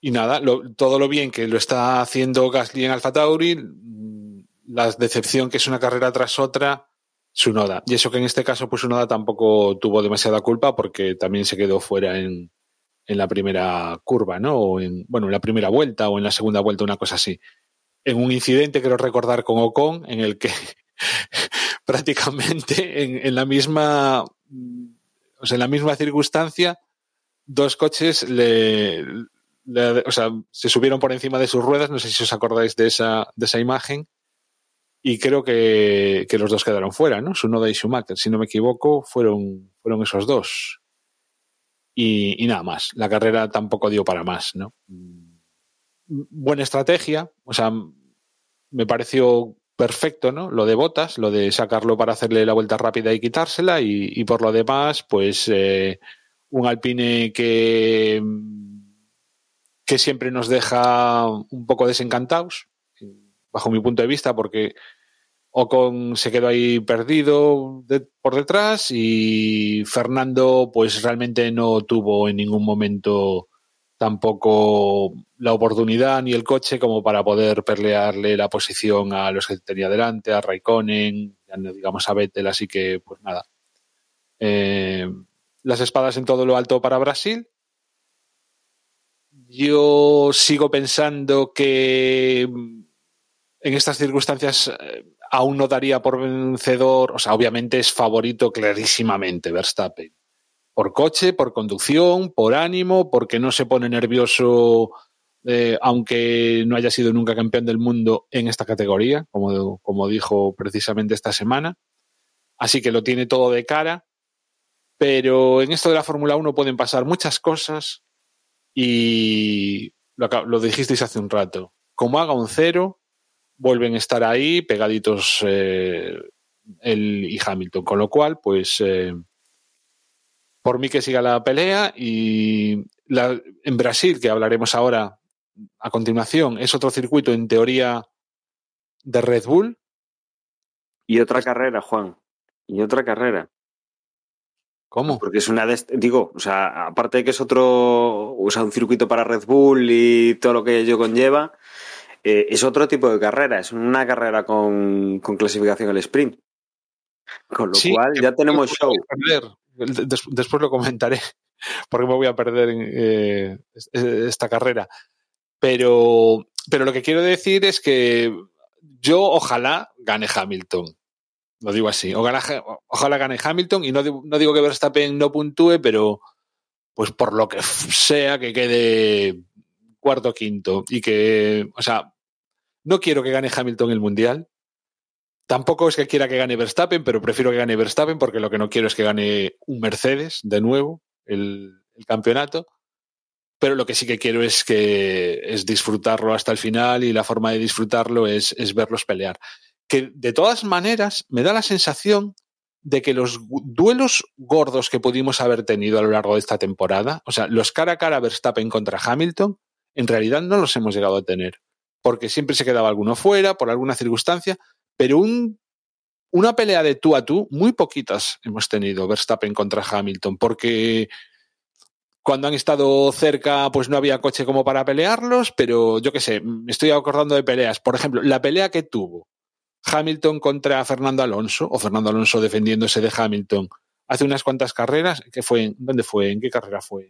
y nada, lo, todo lo bien que lo está haciendo Gasly en AlphaTauri, la decepción que es una carrera tras otra, Tsunoda. Y eso que en este caso, pues Tsunoda tampoco tuvo demasiada culpa porque también se quedó fuera en, en la primera curva, ¿no? O en, bueno, en la primera vuelta o en la segunda vuelta, una cosa así. En un incidente, quiero recordar, con Ocon, en el que prácticamente en, en la misma, o sea, en la misma circunstancia, dos coches le, le, o sea, se subieron por encima de sus ruedas, no sé si os acordáis de esa, de esa imagen, y creo que, que los dos quedaron fuera, ¿no? Tsunoda y Schumacher, si no me equivoco, fueron, fueron esos dos. Y, y nada más, la carrera tampoco dio para más, ¿no? Buena estrategia, o sea, me pareció perfecto, ¿no? Lo de Bottas, lo de sacarlo para hacerle la vuelta rápida y quitársela, y, y por lo demás, pues eh, un Alpine que, que siempre nos deja un poco desencantados, bajo mi punto de vista, porque Ocon se quedó ahí perdido de, por detrás, y Fernando pues realmente no tuvo en ningún momento tampoco la oportunidad ni el coche como para poder pelearle la posición a los que tenía delante, a Raikkonen, ya no digamos a Vettel, así que pues nada. Eh, las espadas en todo lo alto para Brasil. Yo sigo pensando que en estas circunstancias eh, aún no daría por vencedor, o sea, obviamente es favorito clarísimamente Verstappen. Por coche, por conducción, por ánimo, porque no se pone nervioso, eh, aunque no haya sido nunca campeón del mundo en esta categoría, como, como dijo precisamente esta semana. Así que lo tiene todo de cara, pero en esto de la Fórmula uno pueden pasar muchas cosas y lo, lo dijisteis hace un rato. Como haga un cero, vuelven a estar ahí pegaditos eh, él y Hamilton, con lo cual, pues... Eh, por mí que siga la pelea, y la, en Brasil, que hablaremos ahora a continuación, es otro circuito en teoría de Red Bull. Y otra carrera, Juan. Y otra carrera. ¿Cómo? Porque es una de, digo, o sea, aparte de que es otro, o sea, un circuito para Red Bull y todo lo que ello conlleva, eh, es otro tipo de carrera, es una carrera con, con clasificación al sprint. Con lo sí, cual ya tenemos show. Des, después lo comentaré, porque me voy a perder en, eh, esta carrera. Pero, pero lo que quiero decir es que yo ojalá gane Hamilton. Lo digo así. Ojalá, ojalá gane Hamilton, y no, no digo que Verstappen no puntúe, pero pues por lo que sea, que quede cuarto o quinto. Y que, o sea, no quiero que gane Hamilton el Mundial. Tampoco es que quiera que gane Verstappen, pero prefiero que gane Verstappen porque lo que no quiero es que gane un Mercedes de nuevo el, el campeonato. Pero lo que sí que quiero es que es disfrutarlo hasta el final, y la forma de disfrutarlo es, es verlos pelear. Que de todas maneras me da la sensación de que los duelos gordos que pudimos haber tenido a lo largo de esta temporada, o sea, los cara a cara Verstappen contra Hamilton, en realidad no los hemos llegado a tener, porque siempre se quedaba alguno fuera por alguna circunstancia. Pero un, una pelea de tú a tú, muy poquitas hemos tenido Verstappen contra Hamilton, porque cuando han estado cerca pues no había coche como para pelearlos, pero yo qué sé, me estoy acordando de peleas. Por ejemplo, la pelea que tuvo Hamilton contra Fernando Alonso, o Fernando Alonso defendiéndose de Hamilton, hace unas cuantas carreras, que fue, ¿dónde fue? ¿En qué carrera fue?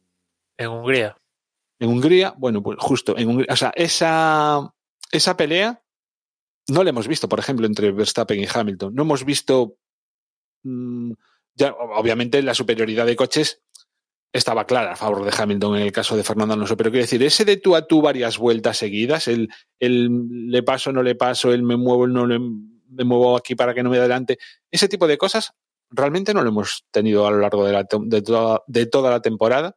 En Hungría. En Hungría, bueno, pues justo, en Hungría, o sea, esa, esa pelea no la hemos visto, por ejemplo, entre Verstappen y Hamilton. No hemos visto, mmm, ya obviamente la superioridad de coches estaba clara a favor de Hamilton en el caso de Fernando Alonso, pero quiero decir, ese de tú a tú varias vueltas seguidas, el, el le paso, no le paso, el me muevo, no le, me muevo aquí para que no me adelante, ese tipo de cosas realmente no lo hemos tenido a lo largo de, la, de, toda, de toda la temporada,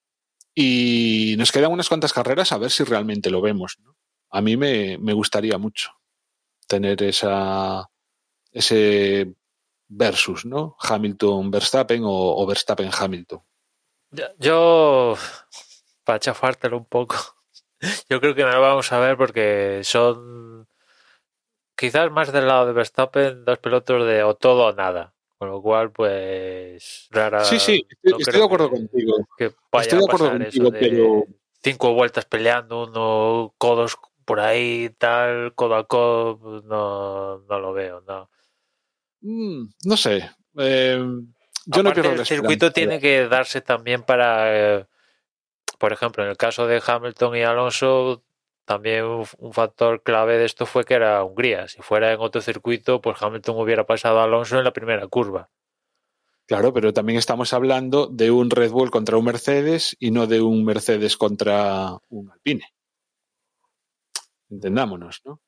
y nos quedan unas cuantas carreras a ver si realmente lo vemos, ¿no? A mí me, me gustaría mucho tener esa ese versus, ¿no? Hamilton-Verstappen o, o Verstappen-Hamilton. Yo, yo, para chafártelo un poco, yo creo que no lo vamos a ver porque son quizás más del lado de Verstappen dos pilotos de o todo o nada. Con lo cual, pues, rara. Sí, sí, estoy, no estoy de acuerdo que, contigo. Que vaya estoy de acuerdo a pasar contigo, eso de, pero... cinco vueltas peleando, uno codos por ahí, tal, codo a codo, pues no, no lo veo, no. Mm, no sé. Eh, yo Aparte, no pierdo el la circuito esperanza. tiene que darse también para, eh, por ejemplo, en el caso de Hamilton y Alonso, también un, un factor clave de esto fue que era Hungría. Si fuera en otro circuito, pues Hamilton hubiera pasado a Alonso en la primera curva. Claro, pero también estamos hablando de un Red Bull contra un Mercedes y no de un Mercedes contra un Alpine. Entendámonos, ¿no?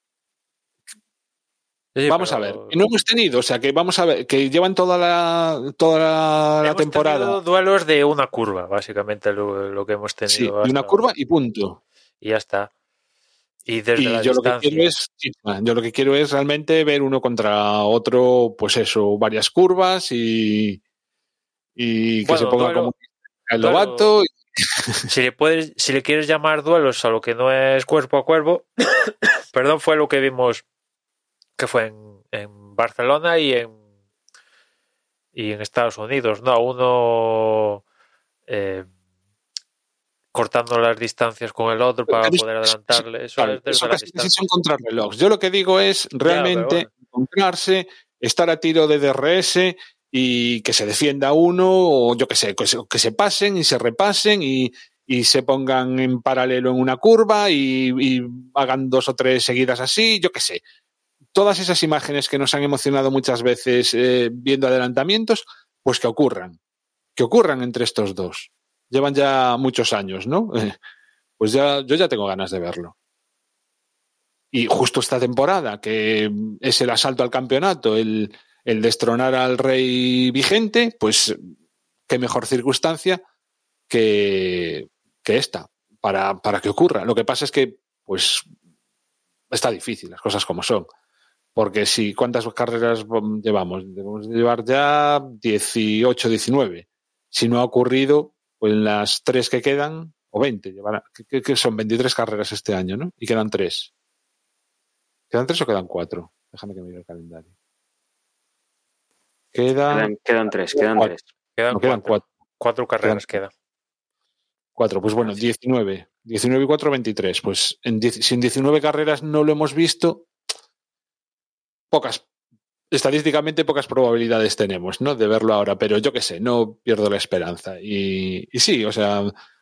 Sí, vamos pero... a ver, que no hemos tenido, o sea, que vamos a ver, que llevan toda la toda la, la hemos temporada. tenido duelos de una curva, básicamente lo, lo que hemos tenido. Sí, hasta de una curva ahora. y punto. Y ya está. Y desde y la yo distancia. lo que quiero es, yo lo que quiero es realmente ver uno contra otro, pues eso, varias curvas y, y que bueno, se ponga duelo, como el duelo, novato. Y... si le puedes, si le quieres llamar duelos a lo que no es cuerpo a cuerpo, perdón, fue lo que vimos que fue en, en Barcelona y en y en Estados Unidos, ¿no? Uno eh, cortando las distancias con el otro para Pero poder eso, adelantarle. Eso claro, es desde eso la casi, casi distancia. son contrarrelojes. Yo lo que digo es realmente Ya, bueno. encontrarse, estar a tiro de D R S y que se defienda uno, o yo que sé, que se, que se pasen y se repasen y, y se pongan en paralelo en una curva y, y hagan dos o tres seguidas así, yo que sé. Todas esas imágenes que nos han emocionado muchas veces eh, viendo adelantamientos, pues que ocurran. Que ocurran entre estos dos. Llevan ya muchos años, ¿no? Eh, pues ya, yo ya tengo ganas de verlo. Y justo esta temporada, que es el asalto al campeonato, el, el destronar al rey vigente, pues qué mejor circunstancia que, que esta, para, para que ocurra. Lo que pasa es que, pues, está difícil, las cosas como son. Porque si, ¿cuántas carreras llevamos? Debemos de llevar ya dieciocho, diecinueve. Si no ha ocurrido, pues en las tres que quedan, o veinte, llevará, que, que son veintitrés carreras este año, ¿no? Y quedan tres. ¿Quedan tres o quedan cuatro? Déjame que mire el calendario. Quedan, quedan, quedan tres, quedan cuatro. tres. Quedan, No, quedan cuatro. cuatro. Cuatro carreras quedan quedan. Cuatro, pues bueno, diecinueve. diecinueve y cuatro, veintitrés. Pues en diez, si en diecinueve carreras no lo hemos visto, pocas, estadísticamente pocas probabilidades tenemos, ¿no? De verlo ahora, pero yo qué sé, no pierdo la esperanza. Y, y sí, o sea,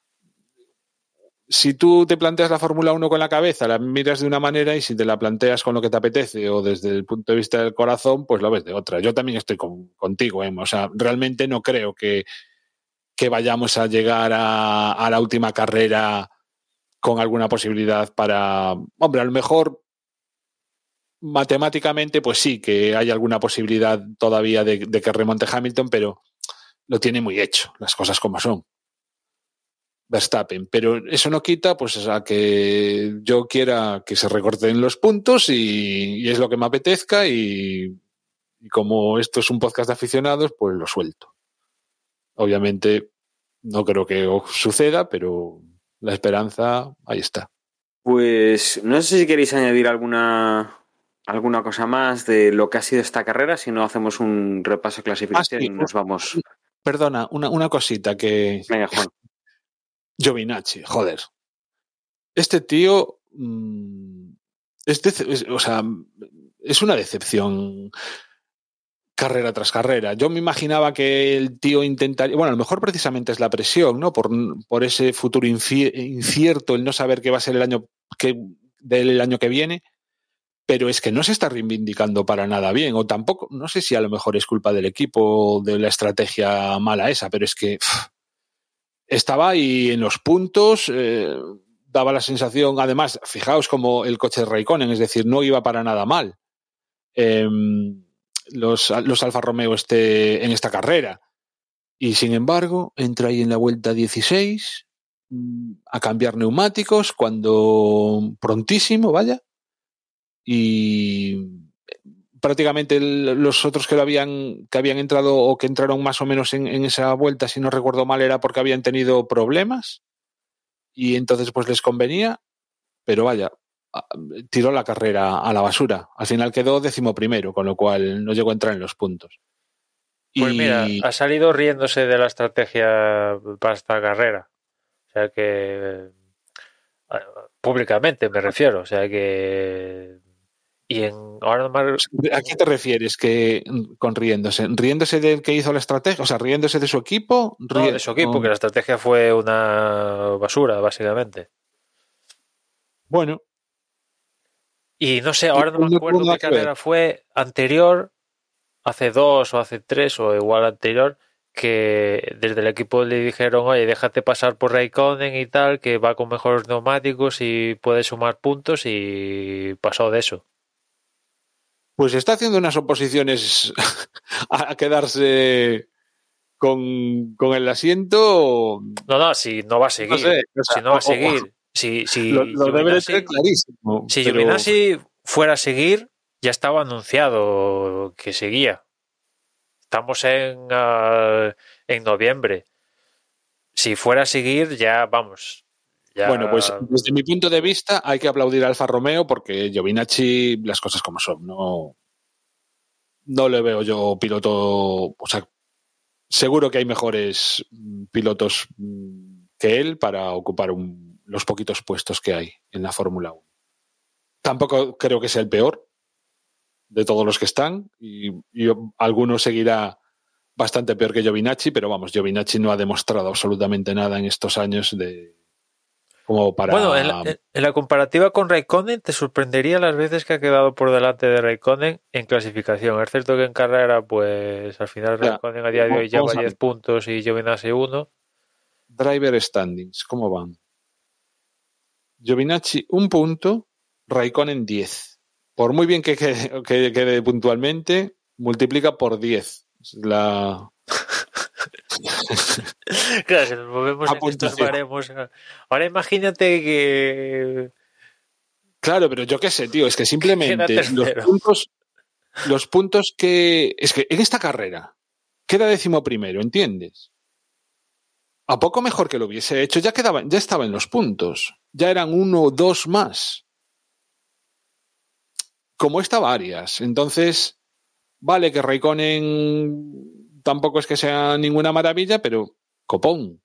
si tú te planteas la Fórmula uno con la cabeza, la miras de una manera, y si te la planteas con lo que te apetece o desde el punto de vista del corazón, pues lo ves de otra. Yo también estoy con, contigo, ¿eh? O sea, realmente no creo que, que vayamos a llegar a, a la última carrera con alguna posibilidad para... Hombre, a lo mejor matemáticamente, pues sí, que hay alguna posibilidad todavía de, de que remonte Hamilton, pero lo tiene muy hecho, las cosas como son. Verstappen, pero eso no quita pues a que yo quiera que se recorten los puntos y, y es lo que me apetezca y, y como esto es un podcast de aficionados, pues lo suelto. Obviamente no creo que suceda, pero la esperanza ahí está. Pues no sé si queréis añadir alguna alguna cosa más de lo que ha sido esta carrera, si no hacemos un repaso de clasificación ah, sí. y nos vamos. Perdona, una, una cosita que... Venga, Juan. Giovinazzi, joder. Este tío mmm, es, de, es, o sea, es una decepción carrera tras carrera. Yo me imaginaba que el tío intentaría, bueno, a lo mejor precisamente es la presión, ¿no? Por, por ese futuro incierto, el no saber qué va a ser el año que, del año que viene, pero es que no se está reivindicando para nada bien, o tampoco, no sé si a lo mejor es culpa del equipo, de la estrategia mala esa, pero es que pff, estaba ahí en los puntos, eh, daba la sensación, además, fijaos como el coche de Raikkonen, es decir, no iba para nada mal. Eh, los, los Alfa Romeo este, en esta carrera. Y sin embargo, entra ahí en la vuelta dieciséis a cambiar neumáticos cuando prontísimo, vaya. Y prácticamente el, los otros que lo habían que habían entrado o que entraron más o menos en, en esa vuelta, si no recuerdo mal, era porque habían tenido problemas y entonces pues les convenía, pero vaya, tiró la carrera a la basura. Al final quedó decimoprimero, con lo cual no llegó a entrar en los puntos. Pues y... mira, ha salido riéndose de la estrategia para esta carrera. O sea que públicamente me refiero, o sea que y en ahora más... ¿A qué te refieres que con riéndose? ¿Riéndose del que hizo la estrategia? O sea, riéndose de su equipo. No, de su equipo, que la estrategia fue una basura, básicamente. Bueno. Y no sé, ahora no me acuerdo qué carrera fue anterior, hace dos o hace tres o igual anterior, que desde el equipo le dijeron, oye, déjate pasar por Raikkonen y tal, que va con mejores neumáticos y puede sumar puntos, y pasó de eso. Pues está haciendo unas oposiciones a quedarse con, con el asiento. No, no, si no va a seguir. No sé, o sea, si no va a seguir. O, si, si lo lo debe de ser clarísimo. Si pero... Giovinazzi fuera a seguir, ya estaba anunciado que seguía. Estamos en, uh, en noviembre. Si fuera a seguir, ya vamos. Ya... Bueno, pues desde mi punto de vista hay que aplaudir a Alfa Romeo porque Giovinazzi, las cosas como son, no, no le veo yo piloto, o sea, seguro que hay mejores pilotos que él para ocupar un, los poquitos puestos que hay en la Fórmula uno. Tampoco creo que sea el peor de todos los que están y, y alguno seguirá bastante peor que Giovinazzi, pero vamos, Giovinazzi no ha demostrado absolutamente nada en estos años de como para... Bueno, en la, en la comparativa con Raikkonen te sorprendería las veces que ha quedado por delante de Raikkonen en clasificación. Es cierto que en carrera, pues al final ya, Raikkonen a día de hoy lleva diez puntos y Giovinazzi uno. Driver standings, ¿cómo van? Giovinazzi un punto, Raikkonen diez. Por muy bien que quede, que quede puntualmente, multiplica por diez. La... Claro, si nos movemos en estos baremos. Ahora imagínate que... Claro, pero yo qué sé, tío, es que simplemente los puntos, los puntos que... Es que en esta carrera queda décimo primero, ¿entiendes? A poco mejor que lo hubiese hecho, ya quedaba, ya estaba en los puntos. Ya eran uno o dos más. Como esta varias. Entonces, vale que Raikkonen tampoco es que sea ninguna maravilla, pero copón.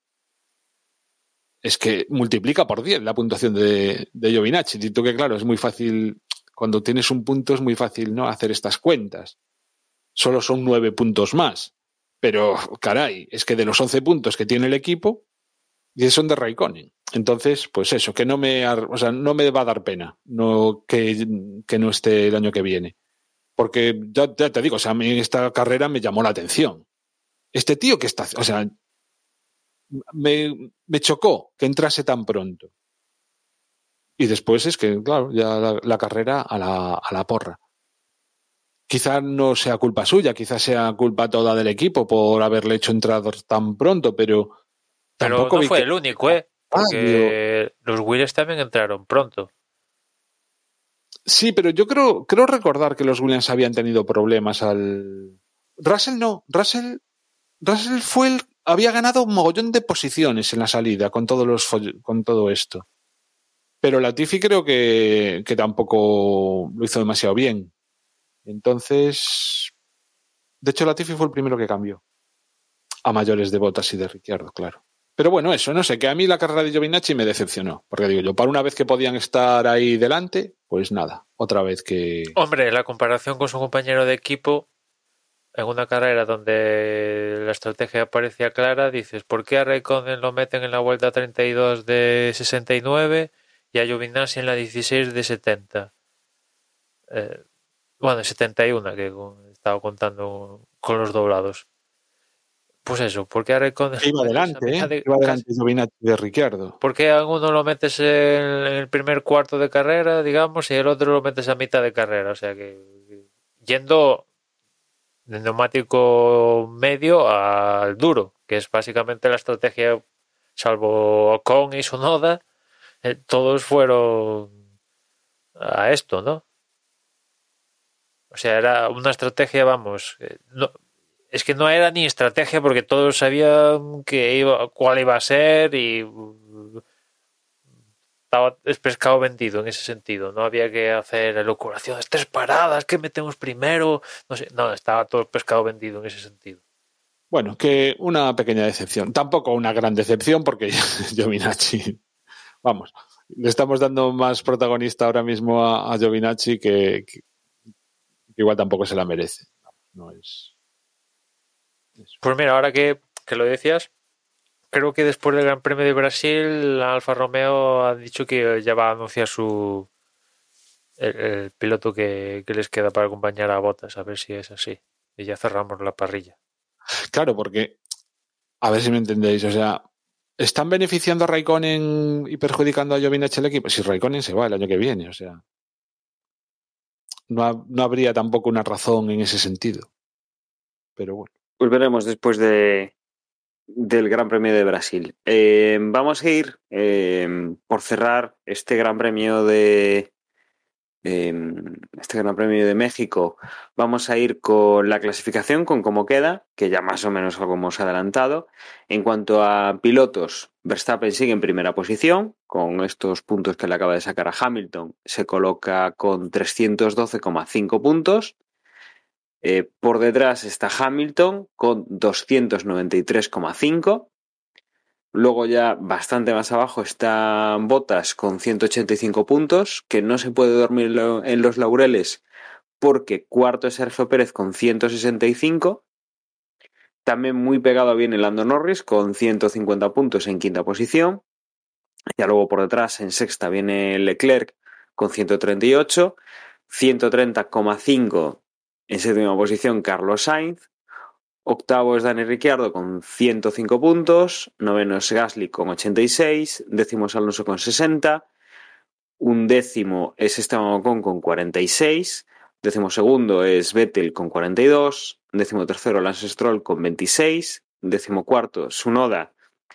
Es que multiplica por diez la puntuación de, de Giovinazzi. Y tú que claro, es muy fácil, cuando tienes un punto es muy fácil, ¿no?, hacer estas cuentas. Solo son nueve puntos más. Pero, caray, es que de los once puntos que tiene el equipo, diez son de Raikkonen. Entonces, pues eso, que no me, o sea, no me va a dar pena no, que, que no esté el año que viene. Porque ya, ya te digo, o sea, a mí esta carrera me llamó la atención. Este tío que está, o sea, me, me chocó que entrase tan pronto. Y después es que, claro, ya la, la carrera a la, a la porra. Quizá no sea culpa suya, quizá sea culpa toda del equipo por haberle hecho entrar tan pronto, pero... Pero tampoco no fue que... el único, ¿eh? Porque ah, los Williams también entraron pronto. Sí, pero yo creo, creo recordar que los Williams habían tenido problemas al... Russell no, Russell, Russell fue el... había ganado un mogollón de posiciones en la salida con, todos los, con todo esto. Pero Latifi creo que, que tampoco lo hizo demasiado bien. Entonces, de hecho Latifi fue el primero que cambió. A mayores de Bottas y de Ricciardo, claro. Pero bueno, eso, no sé, que a mí la carrera de Giovinazzi me decepcionó. Porque digo yo, para una vez que podían estar ahí delante, pues nada, otra vez que... Hombre, la comparación con su compañero de equipo, en una carrera donde la estrategia parecía clara, dices, ¿por qué a Raikkonen lo meten en la vuelta treinta y dos de sesenta y nueve y a Giovinazzi en la dieciséis de setenta? Eh, bueno, setenta y uno, que estaba contando con los doblados. Pues eso, ¿por qué a Raikkonen iba adelante, ¿eh? De, iba adelante Giovinazzi de Ricciardo. ¿Por qué a uno lo metes en el primer cuarto de carrera, digamos, y el otro lo metes a mitad de carrera? O sea que yendo de neumático medio al duro, que es básicamente la estrategia, salvo Ocon y Tsunoda, eh, todos fueron a esto, ¿no? O sea, era una estrategia, vamos, eh, no, es que no era ni estrategia porque todos sabían que iba, cuál iba a ser y estaba es pescado vendido en ese sentido. No había que hacer elucubraciones, tres paradas, ¿qué metemos primero? No sé, no, estaba todo el pescado vendido en ese sentido. Bueno, que una pequeña decepción. Tampoco una gran decepción porque Giovinazzi, vamos, le estamos dando más protagonista ahora mismo a, a Giovinazzi que, que, que igual tampoco se la merece. No es... Pues mira, ahora que, que lo decías, creo que después del Gran Premio de Brasil, Alfa Romeo ha dicho que ya va a anunciar su el, el piloto que, que les queda para acompañar a Bottas, a ver si es así. Y ya cerramos la parrilla. Claro, porque, a ver si me entendéis, o sea, ¿están beneficiando a Raikkonen y perjudicando a Giovinazzi el equipo? Si Raikkonen se va el año que viene, o sea, no, ha, no habría tampoco una razón en ese sentido. Pero bueno. Pues veremos después de del Gran Premio de Brasil. Eh, vamos a ir eh, por cerrar este Gran Premio de eh, este Gran Premio de México. Vamos a ir con la clasificación, con cómo queda, que ya más o menos algo hemos adelantado. En cuanto a pilotos, Verstappen sigue en primera posición con estos puntos que le acaba de sacar a Hamilton. Se coloca con trescientos doce coma cinco puntos. Eh, por detrás está Hamilton con doscientos noventa y tres coma cinco. Luego ya bastante más abajo está Bottas con ciento ochenta y cinco puntos, que no se puede dormir en los laureles porque cuarto es Sergio Pérez con ciento sesenta y cinco. También muy pegado viene Lando Norris con ciento cincuenta puntos en quinta posición. Ya luego por detrás en sexta viene Leclerc con ciento treinta y ocho. ciento treinta coma cinco en séptima posición Carlos Sainz. Octavo es Dani Ricciardo con ciento cinco puntos. Noveno es Gasly con ochenta y seis. Décimo es Alonso con sesenta. Un décimo es Esteban Ocon con cuarenta y seis. Décimo segundo es Vettel con cuarenta y dos. Décimo tercero Lance Stroll con veintiséis. Décimo cuarto Tsunoda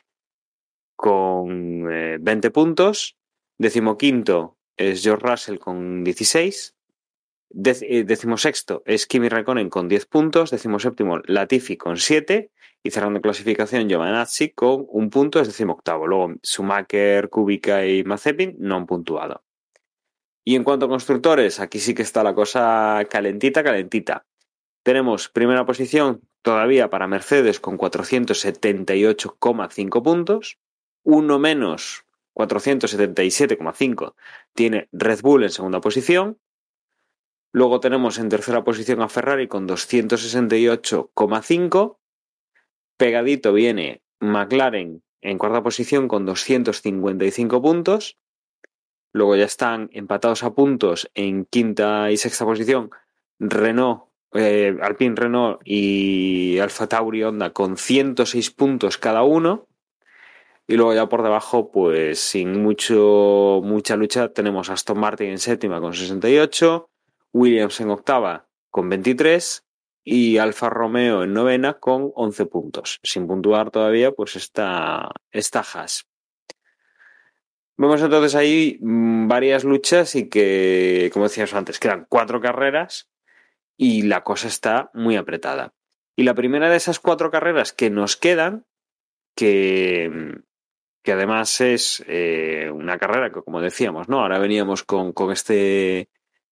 con eh, veinte puntos. Décimo quinto es George Russell con dieciséis. Décimo sexto es Kimi Räikkönen con diez puntos. Décimo séptimo Latifi con siete. Y cerrando clasificación Giovinazzi con un punto, es décimo octavo. Luego Schumacher, Kubica y Mazepin no han puntuado. Y en cuanto a constructores, aquí sí que está la cosa calentita, calentita. Tenemos primera posición todavía para Mercedes con cuatrocientos setenta y ocho coma cinco puntos. Uno menos, cuatrocientos setenta y siete coma cinco, tiene Red Bull en segunda posición. Luego tenemos en tercera posición a Ferrari con doscientos sesenta y ocho coma cinco. Pegadito viene McLaren en cuarta posición con doscientos cincuenta y cinco puntos. Luego ya están empatados a puntos en quinta y sexta posición Renault, eh, Alpine Renault y Alfa Tauri Honda con ciento seis puntos cada uno. Y luego ya por debajo, pues sin mucho mucha lucha, tenemos Aston Martin en séptima con sesenta y ocho, Williams en octava con veintitrés y Alfa Romeo en novena con once puntos. Sin puntuar todavía, pues está, está Haas. Vemos entonces ahí mmm, varias luchas y que, como decíamos antes, quedan cuatro carreras y la cosa está muy apretada. Y la primera de esas cuatro carreras que nos quedan, que, que además es eh, una carrera que, como decíamos, ¿no? Ahora veníamos con, con este,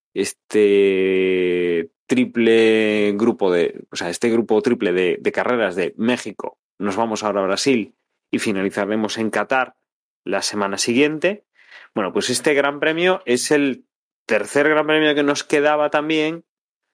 este triple grupo de, o sea, este grupo triple de, de carreras de México. Nos vamos ahora a Brasil y finalizaremos en Qatar la semana siguiente. Bueno, pues este Gran Premio es el tercer Gran Premio que nos quedaba también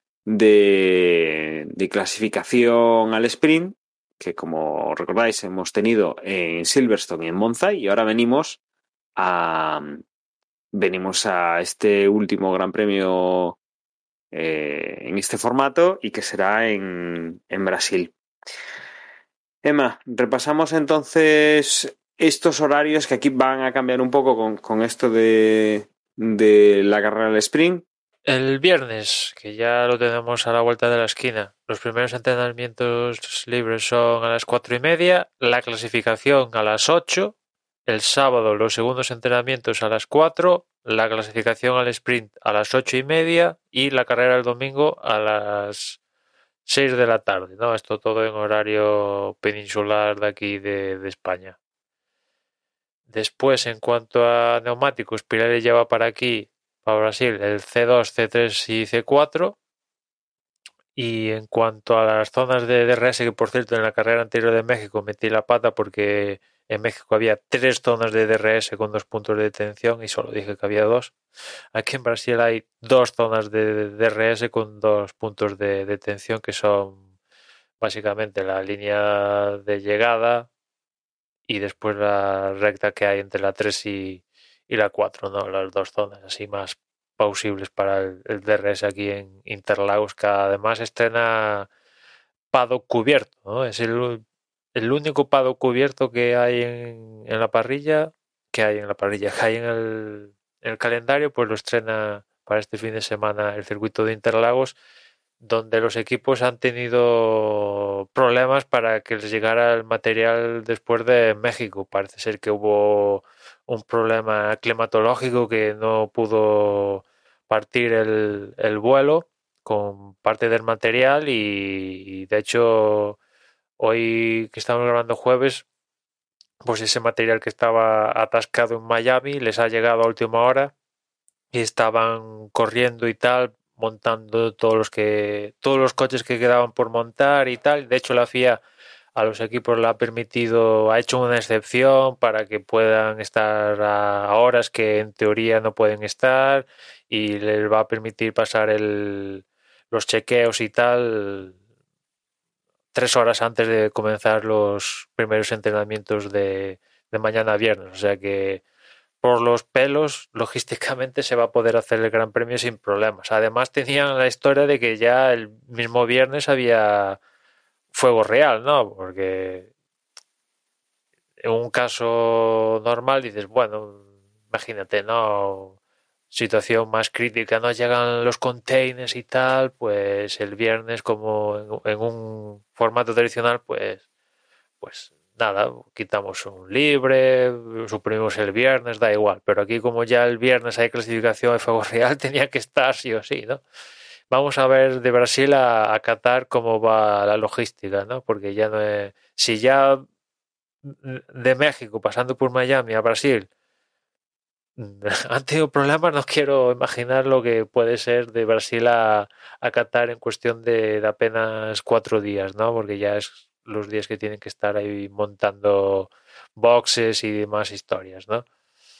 de, de clasificación al sprint, que como recordáis hemos tenido en Silverstone y en Monza, y ahora venimos a venimos a este último Gran Premio eh, en este formato y que será en, en Brasil. Emma, repasamos entonces estos horarios que aquí van a cambiar un poco con, con esto de, de la carrera del sprint. El viernes, que ya lo tenemos a la vuelta de la esquina, los primeros entrenamientos libres son a las cuatro y media, la clasificación a las ocho, el sábado los segundos entrenamientos a las cuatro, la clasificación al sprint a las ocho y media y la carrera el domingo a las seis de la tarde, ¿no? Esto todo en horario peninsular de aquí de, de España. Después, en cuanto a neumáticos, Pirelli lleva para aquí, para Brasil, el C dos, C tres y C cuatro. Y en cuanto a las zonas de D R S, que por cierto en la carrera anterior de México metí la pata porque en México había tres zonas de D R S con dos puntos de detención y solo dije que había dos. Aquí en Brasil hay dos zonas de D R S con dos puntos de detención que son básicamente la línea de llegada y después la recta que hay entre la tres y, y la cuatro, ¿no? Las dos zonas así más plausibles para el, el D R S aquí en Interlagos, que además estrena paddock cubierto, ¿no? Es el, el único paddock cubierto que hay en, en la parrilla, que hay en la parrilla, que hay en el, en el calendario, pues lo estrena para este fin de semana el circuito de Interlagos, donde los equipos han tenido problemas para que les llegara el material después de México. Parece ser que hubo un problema climatológico que no pudo partir el, el vuelo con parte del material y, y de hecho hoy que estamos grabando jueves, pues ese material que estaba atascado en Miami les ha llegado a última hora y estaban corriendo y tal, montando todos los que todos los coches que quedaban por montar y tal. De hecho, la F I A a los equipos le ha permitido, ha hecho una excepción para que puedan estar a horas que en teoría no pueden estar y les va a permitir pasar el, los chequeos y tal tres horas antes de comenzar los primeros entrenamientos de, de mañana viernes. O sea que por los pelos, logísticamente se va a poder hacer el Gran Premio sin problemas. Además tenían la historia de que ya el mismo viernes había fuego real, ¿no? Porque en un caso normal dices, bueno, imagínate, ¿no? Situación más crítica, no llegan los containers y tal, pues el viernes como en, en un formato tradicional, pues, pues nada, quitamos un libre, suprimimos el viernes, da igual, pero aquí como ya el viernes hay clasificación de fuego real, tenía que estar sí o sí, ¿no? Vamos a ver de Brasil a, a Qatar cómo va la logística, ¿no? Porque ya no es, si ya de México pasando por Miami a Brasil han tenido problemas, no quiero imaginar lo que puede ser de Brasil a, a Qatar en cuestión de, de apenas cuatro días, ¿no? Porque ya es los días que tienen que estar ahí montando boxes y demás historias, ¿no?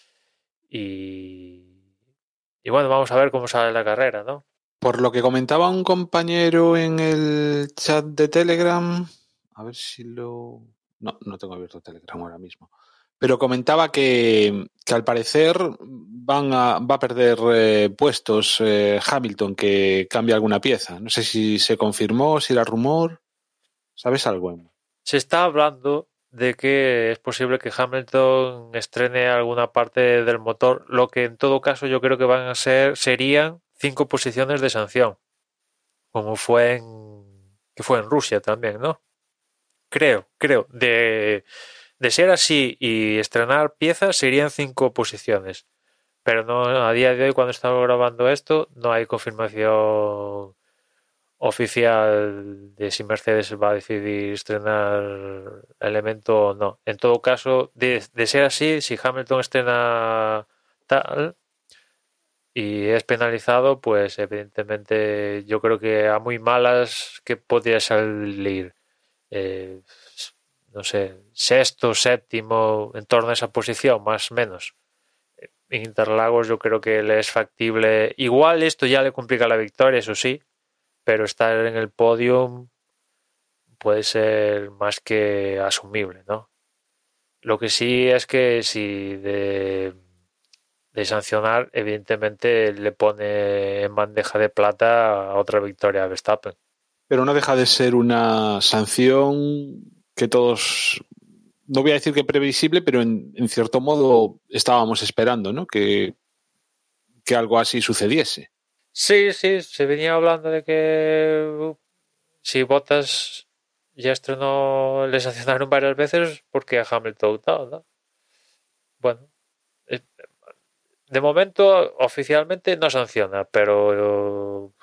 Y, y bueno, vamos a ver cómo sale la carrera, ¿no? Por lo que comentaba un compañero en el chat de Telegram, a ver si lo... No, no tengo abierto Telegram ahora mismo. Pero comentaba que, que al parecer van a, va a perder eh, puestos eh, Hamilton, que cambia alguna pieza. No sé si se confirmó, si era rumor. ¿Sabes algo? Se está hablando de que es posible que Hamilton estrene alguna parte del motor, lo que en todo caso yo creo que van a ser, serían cinco posiciones de sanción, como fue en, que fue en Rusia también, ¿no? Creo, creo, de, de ser así y estrenar piezas serían cinco posiciones, pero no, a día de hoy cuando estamos grabando esto no hay confirmación oficial de si Mercedes va a decidir estrenar elemento o no. En todo caso, de, de ser así, si Hamilton estrena tal y es penalizado, pues evidentemente yo creo que a muy malas que podría salir, eh, no sé, sexto, séptimo, en torno a esa posición, más o menos. En Interlagos yo creo que le es factible. Igual esto ya le complica la victoria, eso sí, pero estar en el podio puede ser más que asumible, ¿no? Lo que sí es que si de, de sancionar, evidentemente le pone en bandeja de plata a otra victoria a Verstappen. Pero no deja de ser una sanción que todos, no voy a decir que previsible, pero en, en cierto modo estábamos esperando, ¿no? Que, que algo así sucediese. Sí, sí, se venía hablando de que uh, si Bottas ya estrenó, le sancionaron varias veces porque a Hamilton tal, ¿no? Bueno, eh, de momento oficialmente no sanciona, pero uh,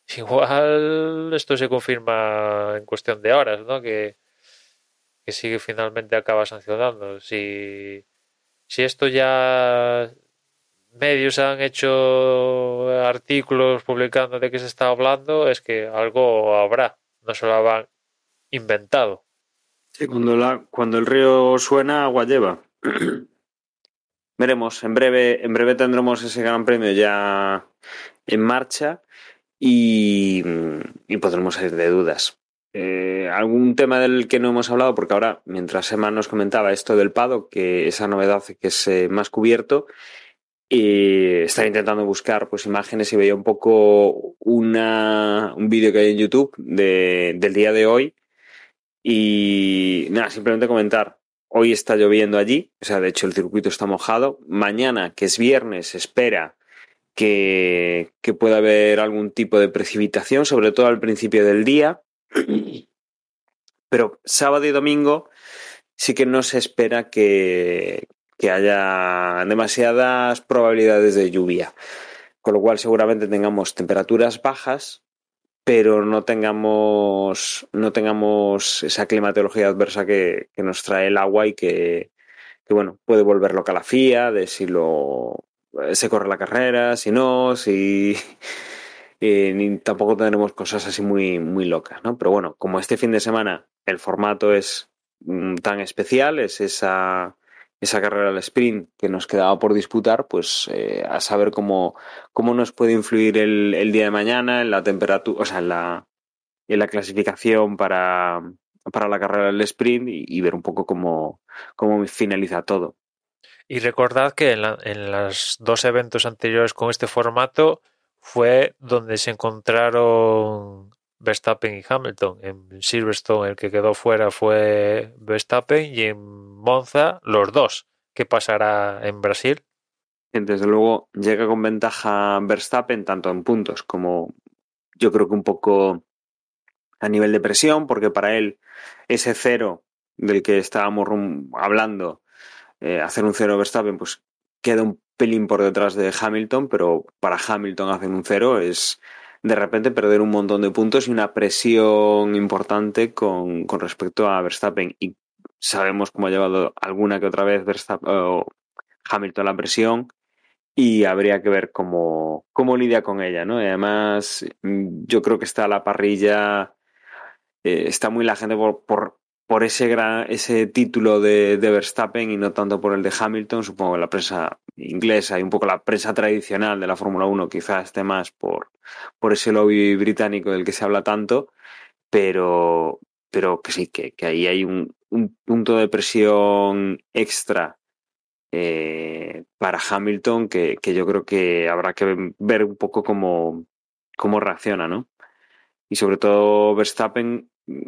igual esto se confirma en cuestión de horas, ¿no? Que, que sí que finalmente acaba sancionando. Si, si esto ya medios han hecho artículos publicando de qué se está hablando, es que algo habrá, no se lo habrán inventado. Sí, cuando, la, cuando el río suena, agua lleva. Veremos, en breve, en breve tendremos ese gran premio ya en marcha y, y podremos salir de dudas. Eh, algún tema del que no hemos hablado, porque ahora, mientras Emma nos comentaba esto del paddock, que esa novedad que es eh, más cubierto, y estaba intentando buscar pues imágenes y veía un poco una, un vídeo que hay en YouTube de, del día de hoy y nada, simplemente comentar. Hoy está lloviendo allí, o sea, de hecho el circuito está mojado. Mañana, que es viernes, se espera que, que pueda haber algún tipo de precipitación, sobre todo al principio del día. Pero sábado y domingo sí que no se espera que, que haya demasiadas probabilidades de lluvia. Con lo cual seguramente tengamos temperaturas bajas, pero no tengamos, no tengamos esa climatología adversa que, que nos trae el agua y que, que bueno, puede volver loca la F I A, de si lo se corre la carrera, si no, si eh, ni tampoco tendremos cosas así muy, muy locas, ¿no? Pero bueno, como este fin de semana el formato es mm, tan especial, es esa, esa carrera al sprint que nos quedaba por disputar, pues eh, a saber cómo, cómo nos puede influir el, el día de mañana en la temperatura, o sea, en la, en la clasificación para, para la carrera del sprint y, y ver un poco cómo, cómo finaliza todo. Y recordad que en, la, en los dos eventos anteriores con este formato fue donde se encontraron Verstappen y Hamilton. En Silverstone el que quedó fuera fue Verstappen y en Monza los dos. ¿Qué pasará en Brasil? Desde luego llega con ventaja Verstappen tanto en puntos como yo creo que un poco a nivel de presión, porque para él ese cero del que estábamos hablando, eh, hacer un cero Verstappen, pues queda un pelín por detrás de Hamilton, pero para Hamilton hacer un cero es de repente perder un montón de puntos y una presión importante con, con respecto a Verstappen. Y sabemos cómo ha llevado alguna que otra vez Verstappen, o Hamilton la presión y habría que ver cómo, cómo lidia con ella, ¿no? Y además, yo creo que está la parrilla, eh, está muy la gente por, por, por ese gran, ese título de, de Verstappen y no tanto por el de Hamilton. Supongo que la prensa inglesa y un poco la prensa tradicional de la Fórmula uno quizás esté más por, por ese lobby británico del que se habla tanto, pero, pero que sí, que, que ahí hay un, un punto de presión extra eh, para Hamilton que, que yo creo que habrá que ver un poco cómo, cómo reacciona, ¿no? Y sobre todo Verstappen,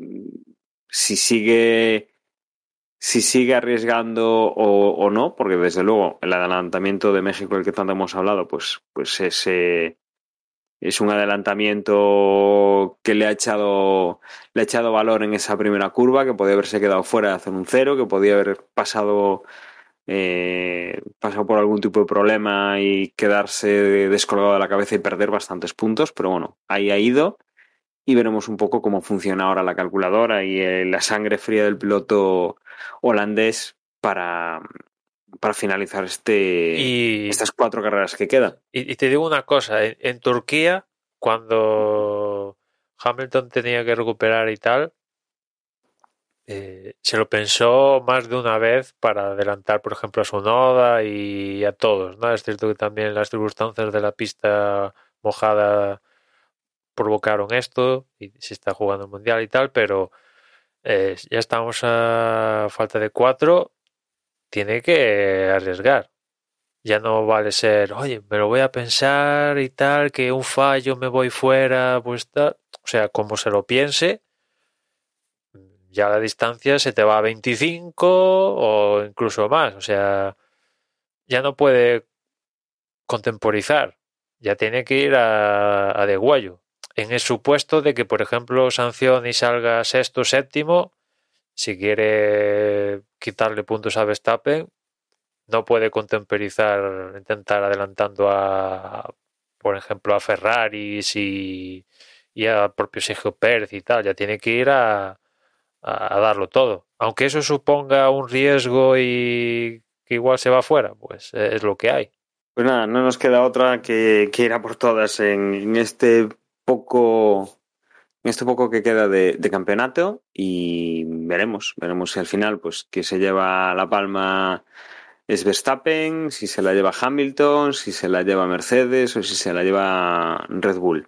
si sigue si sigue arriesgando o, o no, porque desde luego el adelantamiento de México del que tanto hemos hablado, pues, pues ese es un adelantamiento que le ha echado le ha echado valor en esa primera curva, que podía haberse quedado fuera de hacer un cero, que podía haber pasado eh, pasado por algún tipo de problema y quedarse descolgado de la cabeza y perder bastantes puntos, pero bueno, ahí ha ido y veremos un poco cómo funciona ahora la calculadora y eh, la sangre fría del piloto holandés para, para finalizar este Y, estas cuatro carreras que quedan. y, y te digo una cosa, en, en Turquía, cuando Hamilton tenía que recuperar y tal, Eh, se lo pensó más de una vez para adelantar, por ejemplo, a Sonoda y a todos, ¿no? Es cierto que también las circunstancias de la pista mojada provocaron esto y se está jugando el mundial y tal, pero eh, ya estamos a falta de cuatro, tiene que arriesgar. Ya no vale ser, oye, me lo voy a pensar y tal, que un fallo me voy fuera, pues tal. O sea, como se lo piense, ya la distancia se te va a veinticinco o incluso más. O sea, ya no puede contemporizar. Ya tiene que ir a, a de guayo. En el supuesto de que, por ejemplo, sancione y salga sexto, séptimo, si quiere quitarle puntos a Verstappen, no puede contemporizar, intentar adelantando a, por ejemplo, a Ferrari y, y a propio Sergio Pérez y tal. Ya tiene que ir a, a darlo todo. Aunque eso suponga un riesgo y que igual se va fuera, pues es lo que hay. Pues nada, no nos queda otra que, que ir a por todas en, en este poco en este poco que queda de, de campeonato y veremos, veremos si al final pues que se lleva la palma es Verstappen, si se la lleva Hamilton, si se la lleva Mercedes o si se la lleva Red Bull.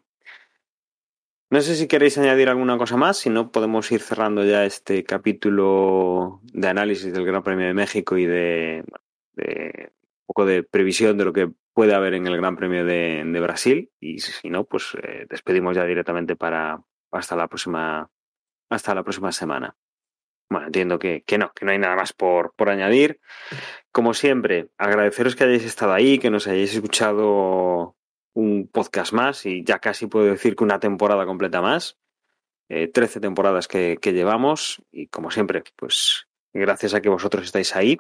No sé si queréis añadir alguna cosa más, si no podemos ir cerrando ya este capítulo de análisis del Gran Premio de México y de, de un poco de previsión de lo que puede haber en el Gran Premio de, de Brasil y si no, pues eh, despedimos ya directamente para hasta la próxima hasta la próxima semana. Bueno, entiendo que, que no, que no hay nada más por, por añadir. Como siempre, agradeceros que hayáis estado ahí, que nos hayáis escuchado un podcast más y ya casi puedo decir que una temporada completa más. Eh, trece temporadas que, que llevamos y como siempre, pues gracias a que vosotros estáis ahí.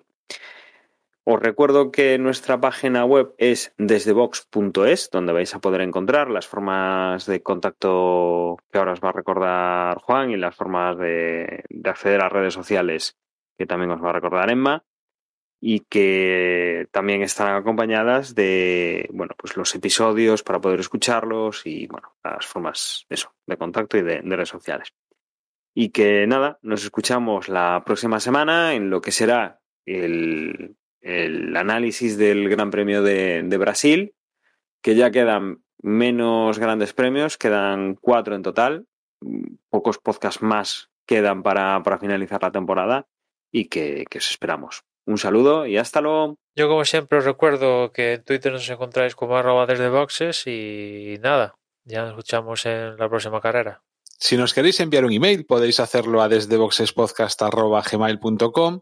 Os recuerdo que nuestra página web es desdebox punto es, donde vais a poder encontrar las formas de contacto que ahora os va a recordar Juan y las formas de, de acceder a redes sociales que también os va a recordar Emma y que también están acompañadas de, bueno, pues los episodios para poder escucharlos y, bueno, las formas, eso, de contacto y de, de redes sociales. Y que nada, nos escuchamos la próxima semana en lo que será el, el análisis del Gran Premio de, de Brasil, que ya quedan menos grandes premios, quedan cuatro en total, pocos podcasts más quedan para, para finalizar la temporada y que, que os esperamos. Un saludo y hasta luego. Yo como siempre os recuerdo que en Twitter nos encontráis como arroba desde boxes y nada, ya nos escuchamos en la próxima carrera. Si nos queréis enviar un email, podéis hacerlo a desdeboxespodcast arroba gmail punto com.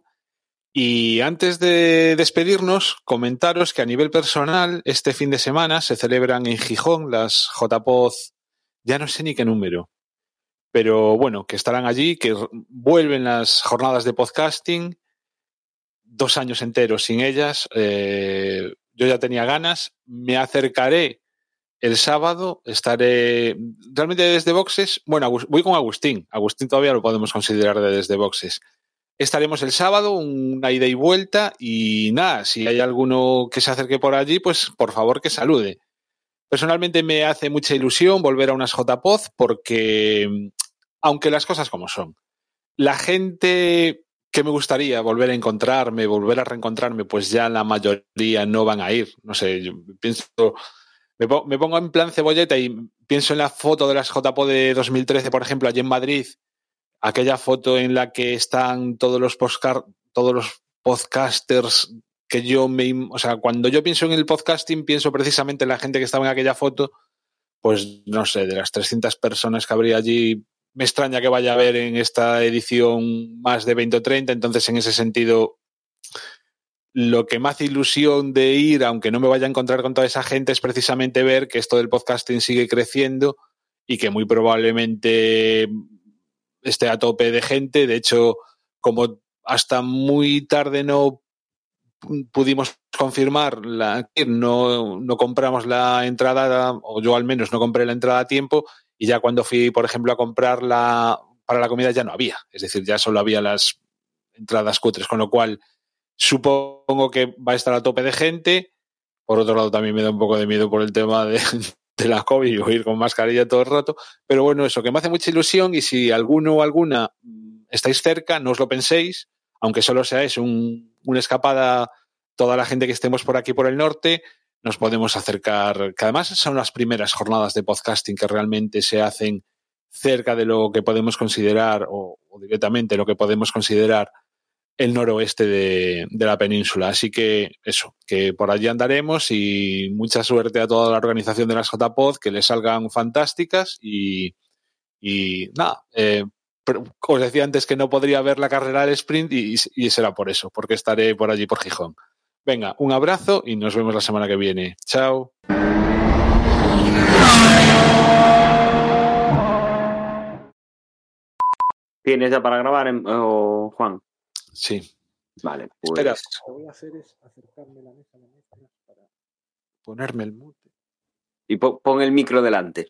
Y antes de despedirnos, comentaros que a nivel personal, este fin de semana se celebran en Gijón las J P O D, ya no sé ni qué número, pero bueno, que estarán allí, que vuelven las jornadas de podcasting, dos años enteros sin ellas. Eh, yo ya tenía ganas, me acercaré el sábado, estaré realmente desde boxes. Bueno, voy con Agustín. Agustín todavía lo podemos considerar de desde boxes. Estaremos el sábado, una ida y vuelta, y nada, si hay alguno que se acerque por allí, pues por favor que salude. Personalmente me hace mucha ilusión volver a unas J P O D porque, aunque las cosas como son, la gente que me gustaría volver a encontrarme, volver a reencontrarme, pues ya la mayoría no van a ir. No sé, yo pienso... Me pongo en plan cebolleta y pienso en la foto de las J P O D de dos mil trece, por ejemplo, allí en Madrid, aquella foto en la que están todos los postcar- todos los podcasters que yo me... O sea, cuando yo pienso en el podcasting, pienso precisamente en la gente que estaba en aquella foto, pues no sé, de las trescientas personas que habría allí, me extraña que vaya a haber en esta edición más de veinte o treinta, entonces en ese sentido... Lo que me hace ilusión de ir, aunque no me vaya a encontrar con toda esa gente, es precisamente ver que esto del podcasting sigue creciendo y que muy probablemente esté a tope de gente. De hecho, como hasta muy tarde no pudimos confirmar, la, no, no compramos la entrada, o yo al menos no compré la entrada a tiempo, y ya cuando fui, por ejemplo, a comprarla para la comida ya no había. Es decir, ya solo había las entradas cutres, con lo cual supongo que va a estar a tope de gente. Por otro lado, también me da un poco de miedo por el tema de, de la COVID, o ir con mascarilla todo el rato. Pero bueno, eso, que me hace mucha ilusión, y si alguno o alguna estáis cerca, no os lo penséis, aunque solo seáis un, una escapada, toda la gente que estemos por aquí por el norte, nos podemos acercar, que además son las primeras jornadas de podcasting que realmente se hacen cerca de lo que podemos considerar, o, o directamente lo que podemos considerar el noroeste de, de la península. Así que eso, que por allí andaremos, y mucha suerte a toda la organización de las J P O D, que les salgan fantásticas y, y nada, eh, os decía antes que no podría ver la carrera del sprint y, y será por eso, porque estaré por allí por Gijón. Venga, un abrazo y nos vemos la semana que viene. Chao. ¿Tienes ya para grabar, oh, Juan? Sí. Vale, pues... Espera, lo que voy a hacer es acercarme la mesa a la mesa para ponerme el mute. Y po- pon el micro delante.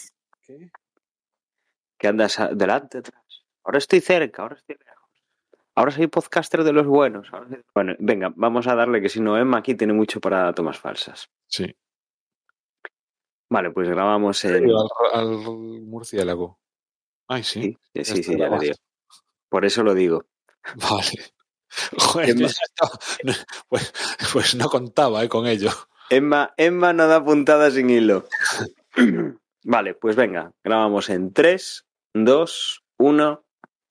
¿Qué? Que andas a- delante, atrás. Ahora estoy cerca, ahora estoy lejos. Ahora soy podcaster de los buenos. Bueno, venga, vamos a darle que si no, Emma aquí tiene mucho para tomas falsas. Sí. Vale, pues grabamos en... Al, al murciélago. Ay, sí. Sí, sí, sí, ya le digo. Por eso lo digo. Vale. Joder, Emma... no, pues, pues no contaba eh, con ello. Emma, Emma no da puntada sin hilo. Vale, pues venga, grabamos en tres, dos, uno...